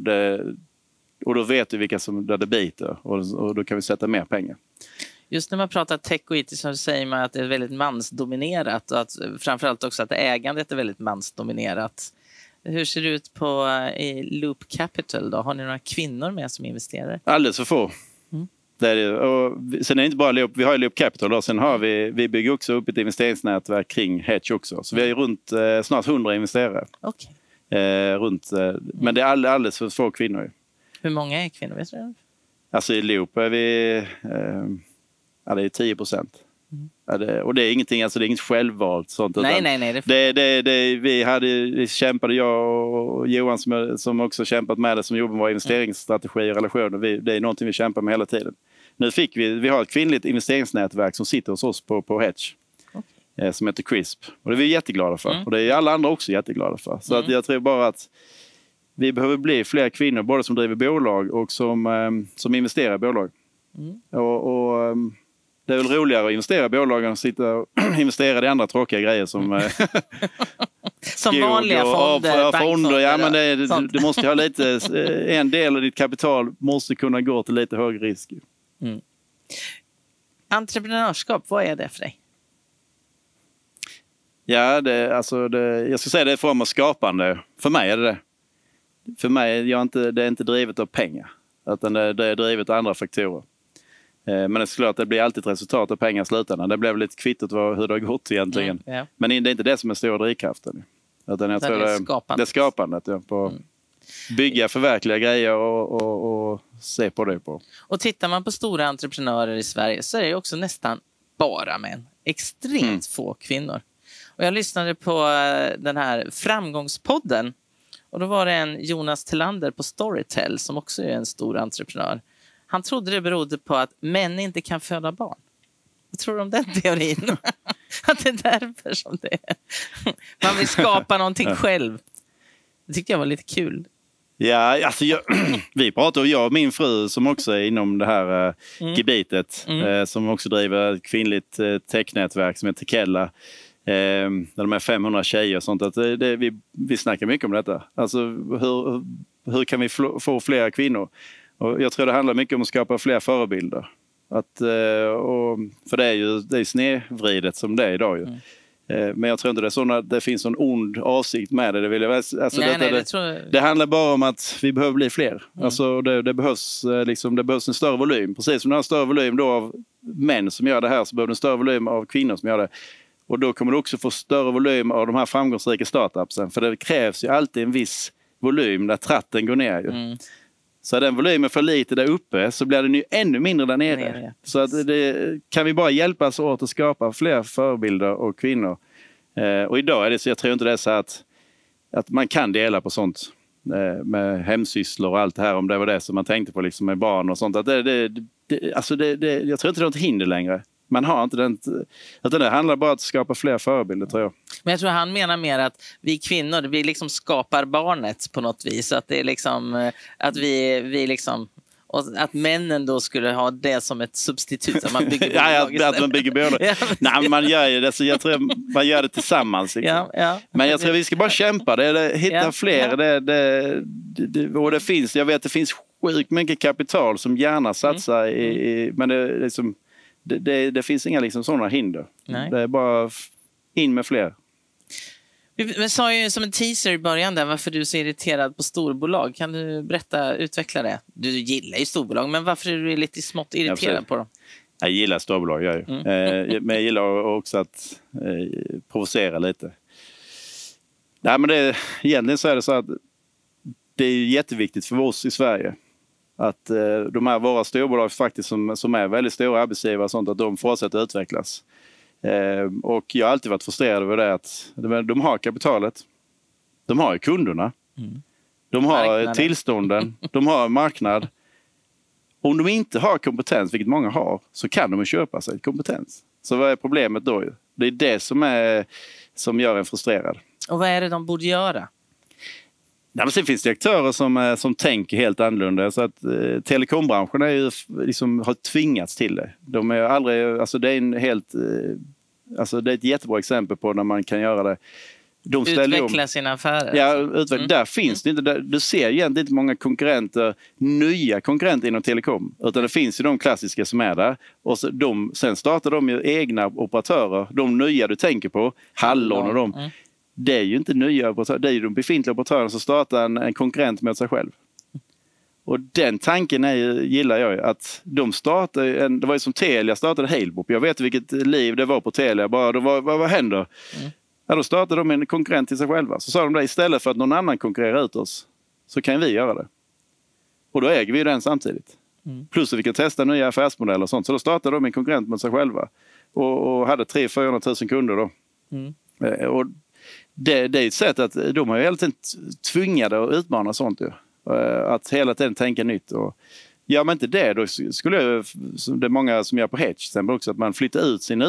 och då vet vi vilka som där det biter och då kan vi sätta mer pengar. Just när man pratar tech och IT så säger man att det är väldigt mansdominerat och att framförallt också att ägandet är väldigt mansdominerat. Hur ser det ut i Loop Capital då? Har ni några kvinnor med som investerare? Alldeles för få. Det är det. Och sen är det inte bara Loop, vi har Loop Capital då, sen har vi bygger också upp ett investeringsnätverk kring Hedge också. Så vi har ju runt snart 100 investerare. Men det är alldeles för få kvinnor. Hur många är kvinnor, vet du? Alltså i Loop är vi det är 10%. Och det är ingenting, alltså det är inget självvalt sånt. Nej. Vi kämpade, jag och Johan som också kämpat med det, som jobbar med våra investeringsstrategi och relationer. Det är någonting vi kämpar med hela tiden. Nu fick vi har ett kvinnligt investeringsnätverk som sitter hos oss på Hedge. Som heter CRISP. Och det är vi jätteglada för. Och det är alla andra också jätteglada för. Så att jag tror bara att vi behöver bli fler kvinnor, både som driver bolag och som investerar i bolag. Det är väl roligare att investera i bolagen än att sitta och investera i andra tråkiga grejer som som vanliga fonder, fonder. Ja, men du måste ha lite, en del av ditt kapital måste kunna gå till lite högre risk. Mm. Entreprenörskap, vad är det för dig? Ja, jag ska säga det är form av skapande. För mig är det. För mig det är inte drivet av pengar. Utan det är drivet av andra faktorer. Men det är klart, det blir alltid ett resultat av pengar i slutändan. Det blev lite kvittot hur det har gått egentligen. Ja. Men det är inte det som är stora drivkraften. Utan jag tror det är skapandet. Ja, på bygga, förverkliga grejer och se på det på. Och tittar man på stora entreprenörer i Sverige så är det också nästan bara män. Extremt få kvinnor. Och jag lyssnade på den här Framgångspodden. Och då var det en Jonas Tillander på Storytel som också är en stor entreprenör. Han trodde det berodde på att män inte kan föda barn. Vad tror du om den teorin? Att det är därför som det är. Man vill skapa någonting själv. Det tyckte jag var lite kul. Ja, alltså vi pratar, jag och min fru som också är inom det här gebitet. Som också driver ett kvinnligt technätverk som heter Tekella. Där de är 500 tjejer och sånt. Att vi snackar mycket om detta. Alltså hur kan vi få fler kvinnor? Och jag tror det handlar mycket om att skapa fler förebilder. För det är snedvridet som det är idag ju. Men jag tror inte det finns en ond avsikt med det. Det vill jag alltså det handlar bara om att vi behöver bli fler. Alltså det behövs en större volym. Precis som det har en större volym då av män som gör det här, så behöver det en större volym av kvinnor som gör det. Och då kommer du också få större volym av de här framgångsrika startupsen. För det krävs ju alltid en viss volym där tratten går ner ju. Så den volymen för lite där uppe så blir den ju ännu mindre där nere. Så att kan vi bara hjälpas åt att skapa fler förebilder och kvinnor. Och idag är det så, jag tror inte det är så att man kan dela på sånt med hemsysslor och allt det här, om det var det som man tänkte på liksom med barn och sånt. Att jag tror inte det är något hinder längre. Man har inte den, utan det handlar bara om att skapa fler förebilder, tror jag. Men jag tror han menar mer att vi kvinnor, vi liksom skapar barnet på något vis. Att det är liksom, att vi liksom, och att männen då skulle ha det som ett substitut. Att man bygger bolag att man bygger bolag. Nej, man gör ju det, så jag tror man gör det tillsammans. Liksom. Men jag tror vi ska bara kämpa. Hitta fler. Och det finns, jag vet det finns sjukt mycket kapital som gärna satsar men det är liksom, det finns inga liksom sådana hinder. Nej. Det är bara in med fler. Vi sa ju som en teaser i början där varför du är så irriterad på storbolag. Kan du utveckla det? Du gillar ju storbolag, men varför är du lite smått irriterad på dem? Jag gillar storbolag, men jag gillar också att provocera lite. Nej, men egentligen så är det så att det är jätteviktigt för oss i Sverige att de här våra storbolag faktiskt som är väldigt stora arbetsgivare och sånt, att de fortsätter att utvecklas. Och jag har alltid varit frustrerad över det att de har kapitalet, de har ju kunderna, de har tillstånden, de har marknad. Om de inte har kompetens, vilket många har, så kan de köpa sig kompetens. Så vad är problemet då? Det är det som gör en frustrerad. Och vad är det de borde göra? Ja, men sen finns det aktörer som tänker helt annorlunda. Så att telekombranschen är ju, liksom, har tvingats till det. De är aldrig, alltså det är ett jättebra exempel på när man kan göra det. De utveckla sina affärer. Ja, där finns det inte. Du ser egentligen inte många nya konkurrenter inom telekom. Utan det finns ju de klassiska som är där. Och sen startar de ju egna operatörer. De nya du tänker på, Hallon och dem. Det är ju inte nya operatörer, det är ju de befintliga operatörerna som startar en konkurrent mot sig själv. Och den tanken gillar jag ju, att de startar, det var ju som Telia startade Halebop. Jag vet vilket liv det var på Telia. Vad händer? Ja, då startade de en konkurrent till sig själva. Så sa de det, istället för att någon annan konkurrerar ut oss, så kan vi göra det. Och då äger vi den samtidigt. Plus att vi kan testa nya affärsmodeller och sånt. Så då startade de en konkurrent mot sig själva. Och hade 300-400 000 kunder då. Och det är ett sätt att de har ju hela tiden tvingade att utmana sånt ju. Att hela tiden tänka nytt. Och gör man inte det, då skulle det är många som gör på Hedge till exempel också, att man flyttar ut sin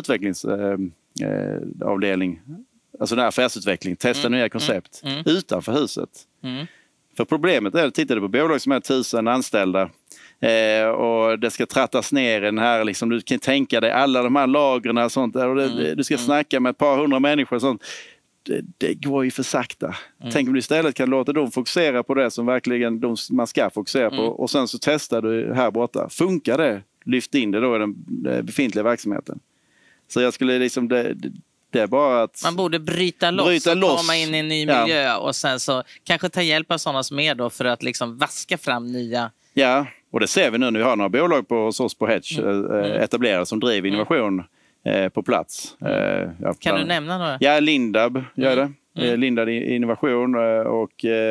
utvecklingsavdelning, alltså den här affärsutveckling, testa nya koncept utanför huset. För problemet är att titta på bolag som är 1000 anställda och det ska trattas ner den här, liksom, du kan tänka dig alla de här lagren och sånt där, och du ska snacka med ett par hundra människor och sånt. Det går ju för sakta. Tänk om du istället kan låta dem fokusera på det som verkligen man ska fokusera på, och sen så testar du här borta. Funkar det? Lyft in det då i den befintliga verksamheten. Så jag skulle liksom, det är bara att man borde bryta loss och komma in i en ny miljö och sen så kanske ta hjälp av sådana som är då för att liksom vaska fram nya. Ja, och det ser vi nu när vi har några bolag hos oss på Hedge etablerade som driver innovation på plats. Kan du nämna några? Ja, Lindab gör det. Lindab Innovation och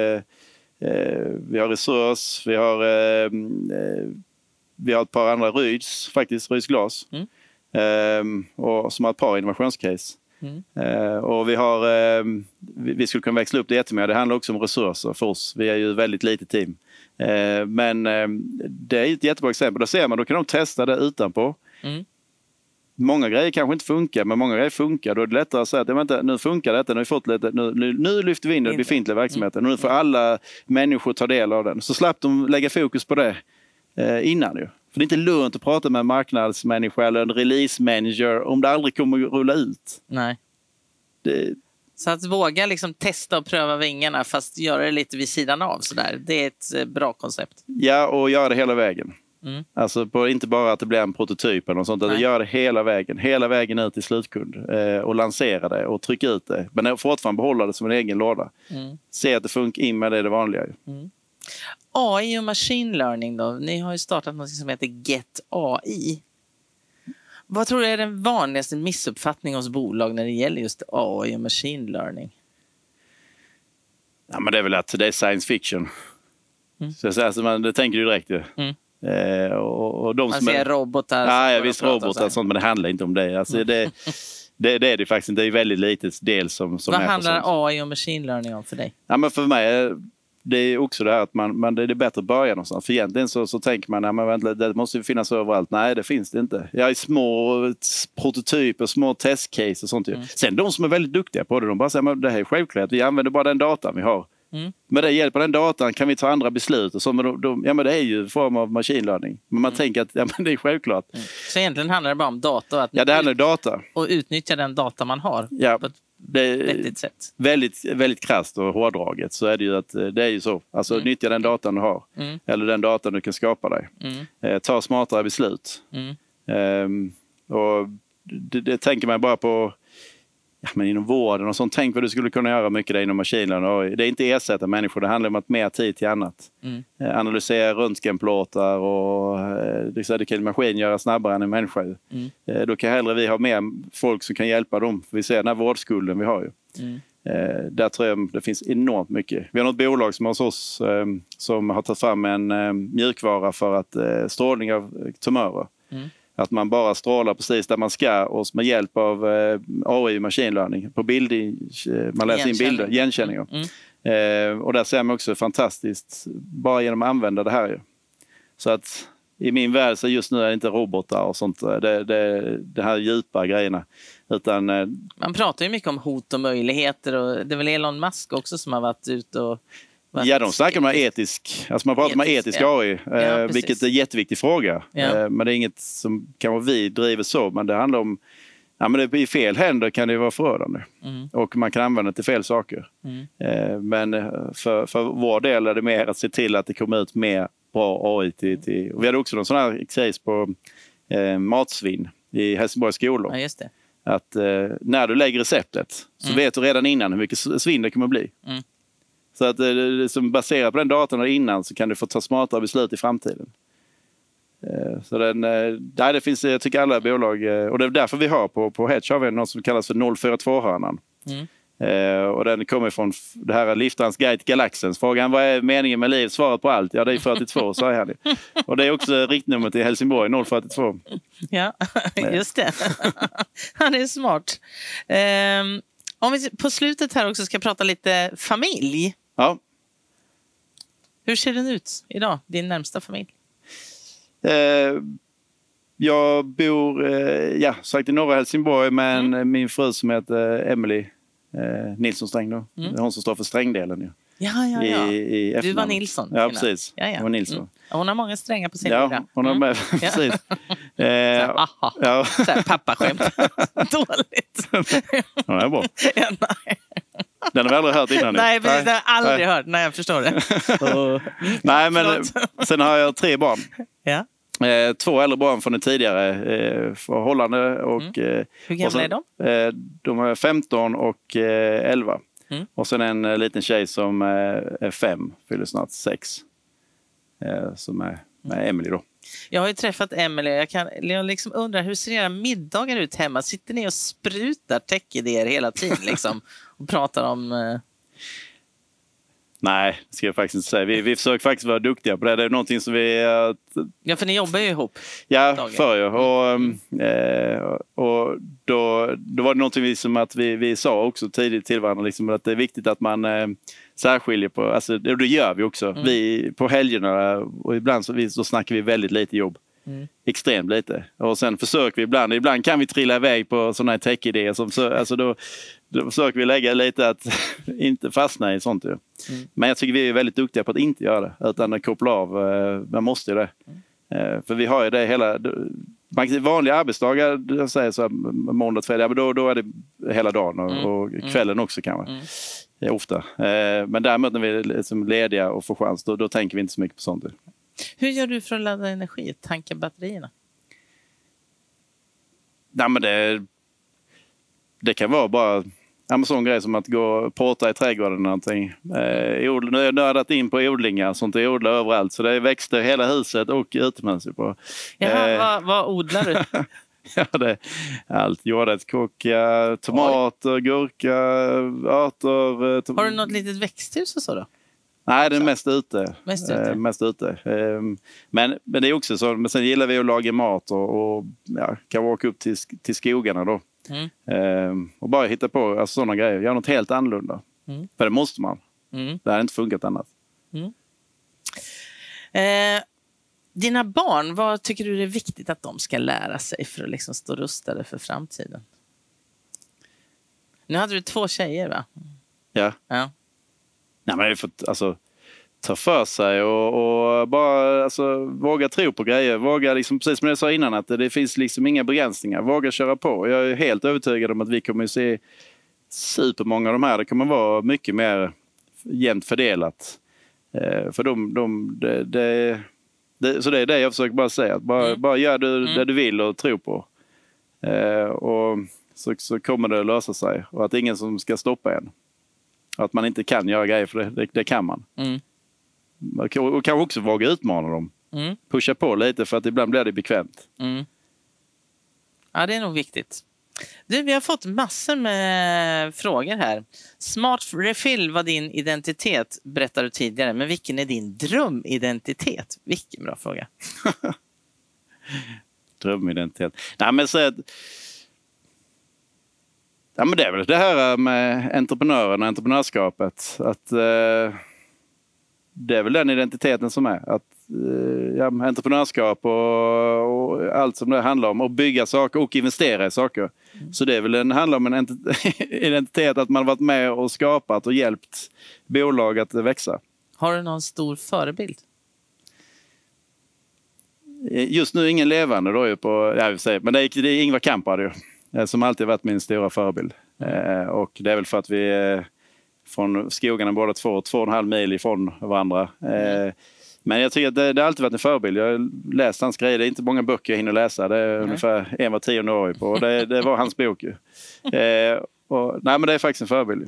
vi har Resurs, vi har ett par andra Ryds Glas och som har ett par innovationscase. Och vi skulle kunna växla upp det jättemycket. Det handlar också om resurser för oss. Vi är ju ett väldigt litet team. Men det är ett jättebra exempel. Då kan de testa det utanpå. Många grejer kanske inte funkar, men många grejer funkar. Då är det lättare att säga att nu funkar detta, nu har vi fått lite, nu lyfter vi in den befintliga verksamheten och nu får alla människor ta del av den. Så slapp de lägga fokus på det innan ju. För det är inte lönt att prata med en marknadsmänniska eller en release manager om det aldrig kommer att rulla ut. Nej. Så att våga liksom testa och pröva vingarna fast göra det lite vid sidan av sådär. Det är ett bra koncept. Ja, och göra det hela vägen. Alltså inte bara att det blir en prototyp eller något sånt, utan göra det hela vägen ut till slutkund och lansera det och trycka ut det. Men fortfarande behålla det som en egen låda. Se att det funkar in med det vanliga. AI och machine learning då. Ni har ju startat något som heter Get AI. Vad tror du är den vanligaste missuppfattningen hos bolag när det gäller just AI och machine learning? Ja, men det är väl att det är science fiction. Så alltså, det tänker du direkt ju. Och de man som ser robotar. Ja, visst robotar och sånt, men det handlar inte om det. Alltså, det är det faktiskt inte. Det är väldigt litet del som vad är handlar AI och machine learning om för dig? Ja, men för mig det är också det här att det är bättre att börja någonstans. För egentligen så tänker man att det måste ju finnas överallt. Nej, det finns det inte. Jag är små prototyper, små testcase och sånt. Sen de som är väldigt duktiga på det, de bara säger att det här är självklart. Vi använder bara den datan vi har. Med det hjälp av den datan kan vi ta andra beslut. Och så, men det är ju en form av machine learning. Men man tänker att men det är självklart. Så egentligen handlar det bara om data? Ja, det handlar om data. Och utnyttja den data man har på ett vettigt sätt. Väldigt, väldigt krasst och hårdraget så är det ju att det är ju så. Alltså nyttja den datan du har. Eller den datan du kan skapa dig. Ta smartare beslut. Och det tänker man bara på men inom vården och sånt. Tänk vad du skulle kunna göra mycket där inom maskinen. Det är inte ersätta människor, det handlar om att mer tid till annat. Analysera röntgenplåtar och det kan maskin göra snabbare än en människa. Då kan hellre vi ha mer folk som kan hjälpa dem. För vi ser den här vårdskulden vi har ju. Där tror jag det finns enormt mycket. Vi har något bolag som hos oss som har tagit fram en mjukvara för att strålning av tumörer. Att man bara strålar precis där man ska och med hjälp av AI machine learning på bild, man läser in bilder, igenkänning. Och där ser man också fantastiskt bara genom att använda det här ju. Så att i min värld så just nu är det inte robotar och sånt, det här djupa grejerna. Utan, man pratar ju mycket om hot och möjligheter och det är väl Elon Musk också som har varit ute och ja, de snackar om man pratar om etisk AI, vilket är en jätteviktig fråga. Men det är inget som kanske vi driver så, men det handlar om men det i fel händer kan det vara förödande. Och man kan använda det till fel saker. Men för vår del är det mer att se till att det kommer ut mer bra AI till. Och vi hade också någon sån här case på matsvinn i Helsingborgs skolor. Ja, just det. Att när du lägger receptet så vet du redan innan hur mycket svinn det kommer bli. Så att som baserat på den datan innan så kan du få ta smartare beslut i framtiden. Så det finns, jag tycker alla bolag, och det är därför vi har på Hedge har vi något som kallas för 042-hörnan. Och den kommer från det här Liftarens guide till galaxen. Frågan, vad är meningen med livet? Svaret på allt. Ja, det är 42, sa jag. Och det är också riktnumret i Helsingborg, 042. Ja, just det. Han är smart. Om vi på slutet här också ska prata lite familj. Ja. Hur ser den ut idag, din närmsta familj? Jag bor sagt i norra Helsingborg med min fru som heter Emily Nilsson Sträng då. Det är hon som står för strängdelen. Ja. i Du var efternamnet. Nilsson. Ja, precis. Ja. Hon var Nilsson. Hon har många strängar på sin Ja, hon har med. Precis. Ja. Pappaskämt. Dåligt. Ja, det är bra. Ja, nej. Den har vi aldrig hört innan. Nej, precis, det har jag aldrig hört. Nej, jag förstår det. Nej, men sen har jag 3 barn. Ja. 2 äldre barn från det tidigare förhållande. Och, Hur gamla är de? De är 15 och 11. Och sen en liten tjej som är 5, fyller snart 6. Som är med Emily då. Jag har ju träffat Emily. Jag liksom undrar, hur ser era middagar ut hemma? Sitter ni och sprutar tech-idéer hela tiden liksom, och pratar om... Nej, det ska jag faktiskt inte säga. Vi försöker faktiskt vara duktiga på det. Det är någonting som vi... Ja, för ni jobbar ju ihop. Ja, förr ju. Och då var det någonting som att vi sa också tidigt till varandra liksom, att det är viktigt att man särskiljer på... Alltså, det gör vi också. Vi på helgerna och ibland så snackar vi väldigt lite jobb. Extremt lite. Och sen försöker vi ibland kan vi trilla iväg på sådana här tech-idéer alltså då försöker vi lägga lite att inte fastna i sånt. Men jag tycker vi är väldigt duktiga på att inte göra det utan att koppla av. Man måste ju det. För vi har ju det hela vanliga arbetsdagar, jag säger så här, måndag, fredag, då är det hela dagen och kvällen också kanske. Ofta. Men däremot när vi är liksom lediga och får chans då tänker vi inte så mycket på sånt. Hur gör du för att ladda energi? Tanka batterierna? Nej, men det kan vara bara en sån grej som att gå och prata i trädgården eller någonting. Nu har jag nördat in på odlingar, sånt jag odlar överallt. Så det är växter i hela huset och utomhus. Jaha, vad odlar du? Ja, det är allt. Jordärtskocka, tomater, gurka, örter. Har du något litet växthus och så då? Nej, det är mest ute. Mest ute. Men det är också så. Men sen gillar vi att laga mat och kan åka upp till skogarna då. Och bara hitta på sådana grejer. Göra något helt annorlunda. För det måste man. Det har inte funkat annat. Dina barn, vad tycker du är viktigt att de ska lära sig för att liksom stå rustade för framtiden? Nu hade du 2 tjejer, va? Ja. Nej, men det är för ta för sig och bara våga tro på grejer. Våga, liksom, precis som jag sa innan, att det finns liksom inga begränsningar. Våga köra på. Jag är helt övertygad om att vi kommer att se supermånga av de här. Det kommer vara mycket mer jämnt fördelat. För så det är det jag försöker bara säga. Att bara gör det du vill och tro på. Och så kommer det att lösa sig. Och att ingen som ska stoppa en. Att man inte kan göra grejer, för det kan man. Och kanske också våga utmana dem. Pusha på lite, för att ibland blir det bekvämt. Ja, det är nog viktigt. Du, vi har fått massor med frågor här. Smart refill var din identitet, berättade du tidigare. Men vilken är din drömidentitet? Vilken bra fråga. Drömidentitet. Nej, men så att... Ja, men det är väl det här med entreprenören och entreprenörskapet. Att det är väl den identiteten som är. Att entreprenörskap och allt som det handlar om. Och bygga saker och investera i saker. Så det är väl handlar om en identitet att man har varit med och skapat och hjälpt bolag att växa. Har du någon stor förebild? Just nu ingen levande då på, men det är Ingvar Kamprad ju. Som alltid varit min stora förebild. Och det är väl för att vi är från skogarna båda 2,5 mil ifrån varandra. Men jag tycker att det har alltid varit en förebild. Jag har läst hans grejer. Det är inte många böcker jag hinner läsa. Det är ungefär 1 var 10:e år på. Och det var hans bok ju. Nej, men det är faktiskt en förebild.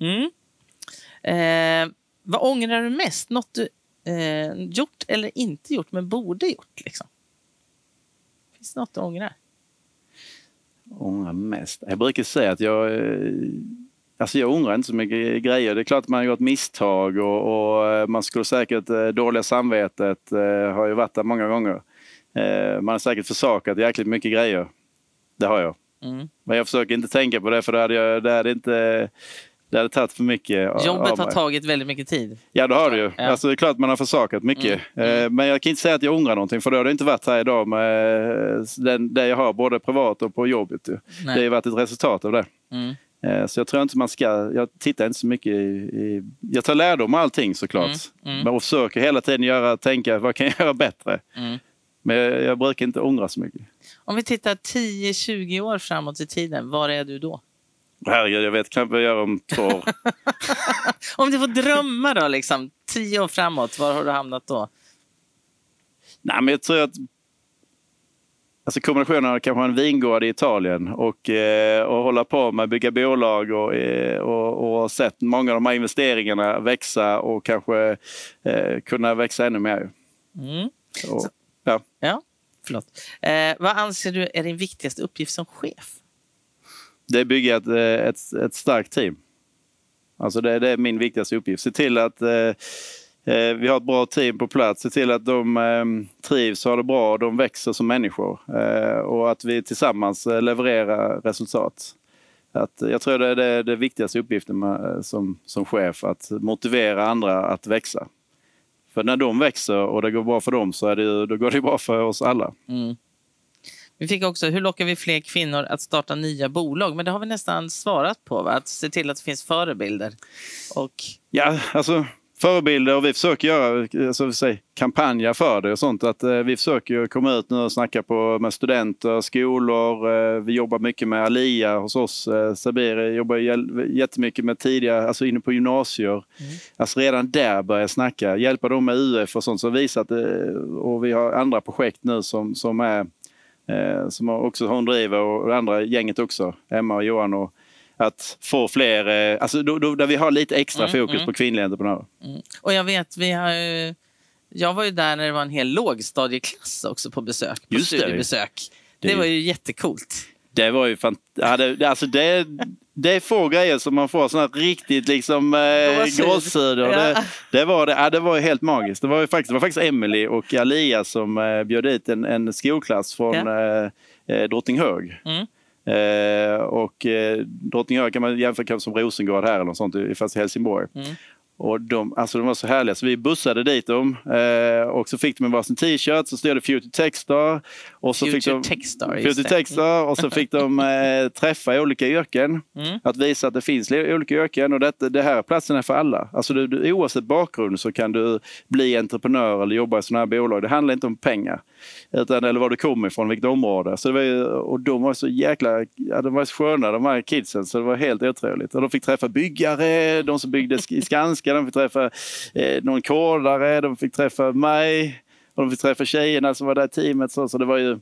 Vad ångrar du mest? Något du gjort eller inte gjort men borde gjort liksom? Finns det något du ångrar? Ångrar mest? Jag brukar säga att jag ångrar inte så mycket grejer. Det är klart att man har gjort misstag och man skulle säkert dåliga samvetet har ju varit där många gånger. Man har säkert försakat jäkligt mycket grejer. Det har jag. Men jag försöker inte tänka på det, för det hade tagit för mycket. Jobbet har tagit väldigt mycket tid. Ja, det har det ju. Ja. Det är klart att man har försakat mycket. Men jag kan inte säga att jag ångrar någonting, för då har det inte varit här idag med det jag har både privat och på jobbet. Det har ju varit ett resultat av det. Så jag tror inte jag tittar inte så mycket jag tar lärdom av allting såklart. Men försöker hela tiden tänka vad kan jag göra bättre. Men jag brukar inte ångra så mycket. Om vi tittar 10-20 år framåt i tiden, var är du då? Herregud, jag vet knappt vad jag gör om 2 år. Om du får drömma då, liksom, 10 år framåt, var har du hamnat då? Nej, men jag tror att kombinationen av kanske en vingård i Italien och hålla på med att bygga bolag och sett många av de här investeringarna växa och kanske kunna växa ännu mer. Ja, förlåt. Vad anser du är din viktigaste uppgift som chef? Det är att bygga ett starkt team. Alltså det är min viktigaste uppgift. Se till att vi har ett bra team på plats. Se till att de trivs och har det bra och de växer som människor. Och att vi tillsammans levererar resultat. Jag tror det är det viktigaste uppgiften som chef. Att motivera andra att växa. För när de växer och det går bra för dem då går det bra för oss alla. Vi fick också, hur lockar vi fler kvinnor att starta nya bolag? Men det har vi nästan svarat på, va? Att se till att det finns förebilder. Ja, förebilder, och vi försöker göra kampanjer för det och sånt. Att vi försöker komma ut nu och snacka med studenter, skolor. Vi jobbar mycket med Alia hos oss. Sabir jobbar jättemycket med tidiga, inne på gymnasier. Redan där börjar snacka, hjälpa dem med UF och sånt. Så visat, och vi har andra projekt nu som också hon driver, och andra gänget också, Emma och Johan, och att få fler, där vi har lite extra fokus på kvinnliga entreprenörer. Och jag vet, jag var ju där när det var en hel lågstadieklass också på besök, på studiebesök. Det var ju jättekult. Det var ju det är få grejer som man får såna riktigt gåssidor. Ja. Det var ju helt magiskt. Det var faktiskt Emily och Alia som bjöd dit en skolklass från Drottninghög. Och Drottninghög kan man jämföra som Rosengård här eller något sånt, fast i Helsingborg. Och de var så härliga, så vi bussade dit dem och så fick de en varsin t-shirt, så stod det Future Techstar, och så fick de Future Techstar, och så fick de träffa olika yrken, att visa att det finns olika yrken, och det här platsen är för alla. Oavsett bakgrund så kan du bli entreprenör eller jobba i sådana här bolag. Det handlar inte om pengar eller var du kommer ifrån, vilket område. Så och de var så de var så sköna, de här kidsen, så det var helt otroligt. Och de fick träffa byggare, de som byggde i Skanska, de fick träffa någon kodare, de fick träffa mig, och de fick träffa tjejerna som var där i teamet. Så det var ju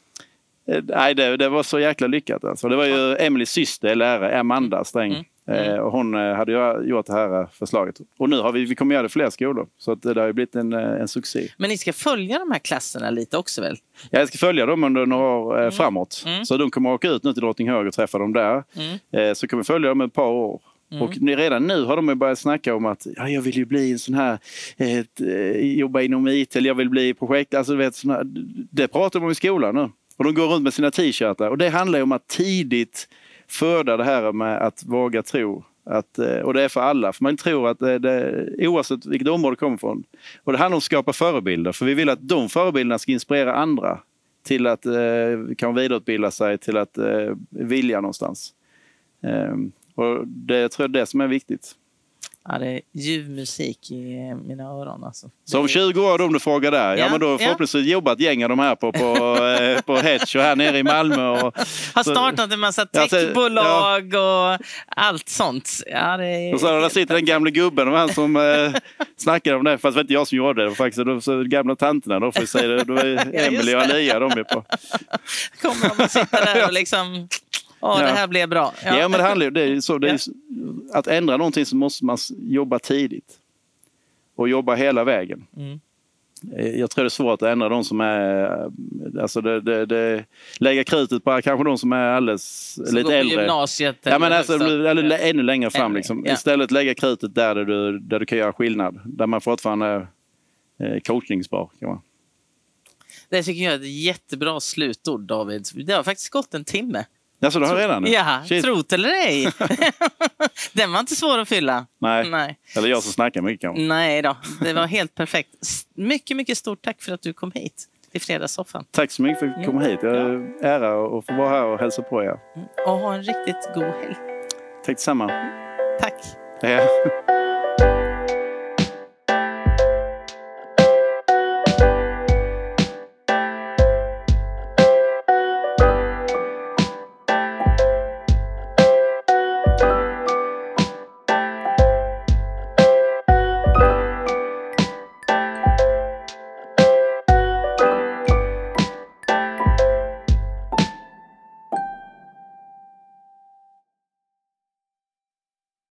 det var så jäkla lyckat. Det var ju Emelies syster, lärare, Amanda Sträng. Och hon hade gjort det här förslaget. Och nu har vi kommer göra det fler skolor. Så att det har ju blivit en succé. Men ni ska följa de här klasserna lite också, väl? Ja, jag ska följa dem under några år framåt. Så de kommer åka ut nu till Drottninghög och träffa dem där. Så kommer vi följa dem ett par år. Och redan nu har de börjat snacka om att jag vill ju bli en sån här jobba inom IT, eller jag vill bli projekt. Det pratar de om i skolan nu. Och de går runt med sina t-shirtar. Och det handlar ju om att tidigt föda det här med att våga tro. Och det är för alla. För man tror att oavsett vilket område det kommer från. Och det handlar om att skapa förebilder. För vi vill att de förebilderna ska inspirera andra till att kan vidareutbilda sig, till att vilja någonstans. Och det tror jag är det som är viktigt. Ja, det är ljuv musik i mina öron. Så om 20 år om du frågar där, men då förhoppningsvis jobbat gäng av de här på Hedge och här nere i Malmö. Och har startat en massa techbolag och allt sånt. Ja, och så där sitter den gamla gubben och han som snackar om det, fast det var inte jag som gjorde det. Det var faktiskt de gamla tanterna, då får jag säga det. Då är Emily och Alia de är på. Kommer de att sitta där och liksom... det här blev bra. Ja, men det handlar ju att ändra någonting, så måste man jobba tidigt. Och jobba hela vägen. Jag tror det är svårt att ändra de som är... lägga krutet på kanske de som är alldeles så lite äldre. Gymnasiet. Eller ännu längre fram. Liksom. Istället lägga krutet där du kan göra skillnad. Där man fortfarande är coachningsbar. Kan man. Det tycker jag är ett jättebra slutord, David. Det har faktiskt gått en timme. Ja, så du har redan? Ja, trot eller ej. Den var inte svår att fylla. Nej. Eller jag som snackar mycket kanske. Nej då, det var helt perfekt. Mycket, mycket stort tack för att du kom hit till Fredagssoffan. Tack så mycket för att du kom hit. Jag är ära att få vara här och hälsa på er. Och ha en riktigt god helg. Tack detsamma. Tack. Ja.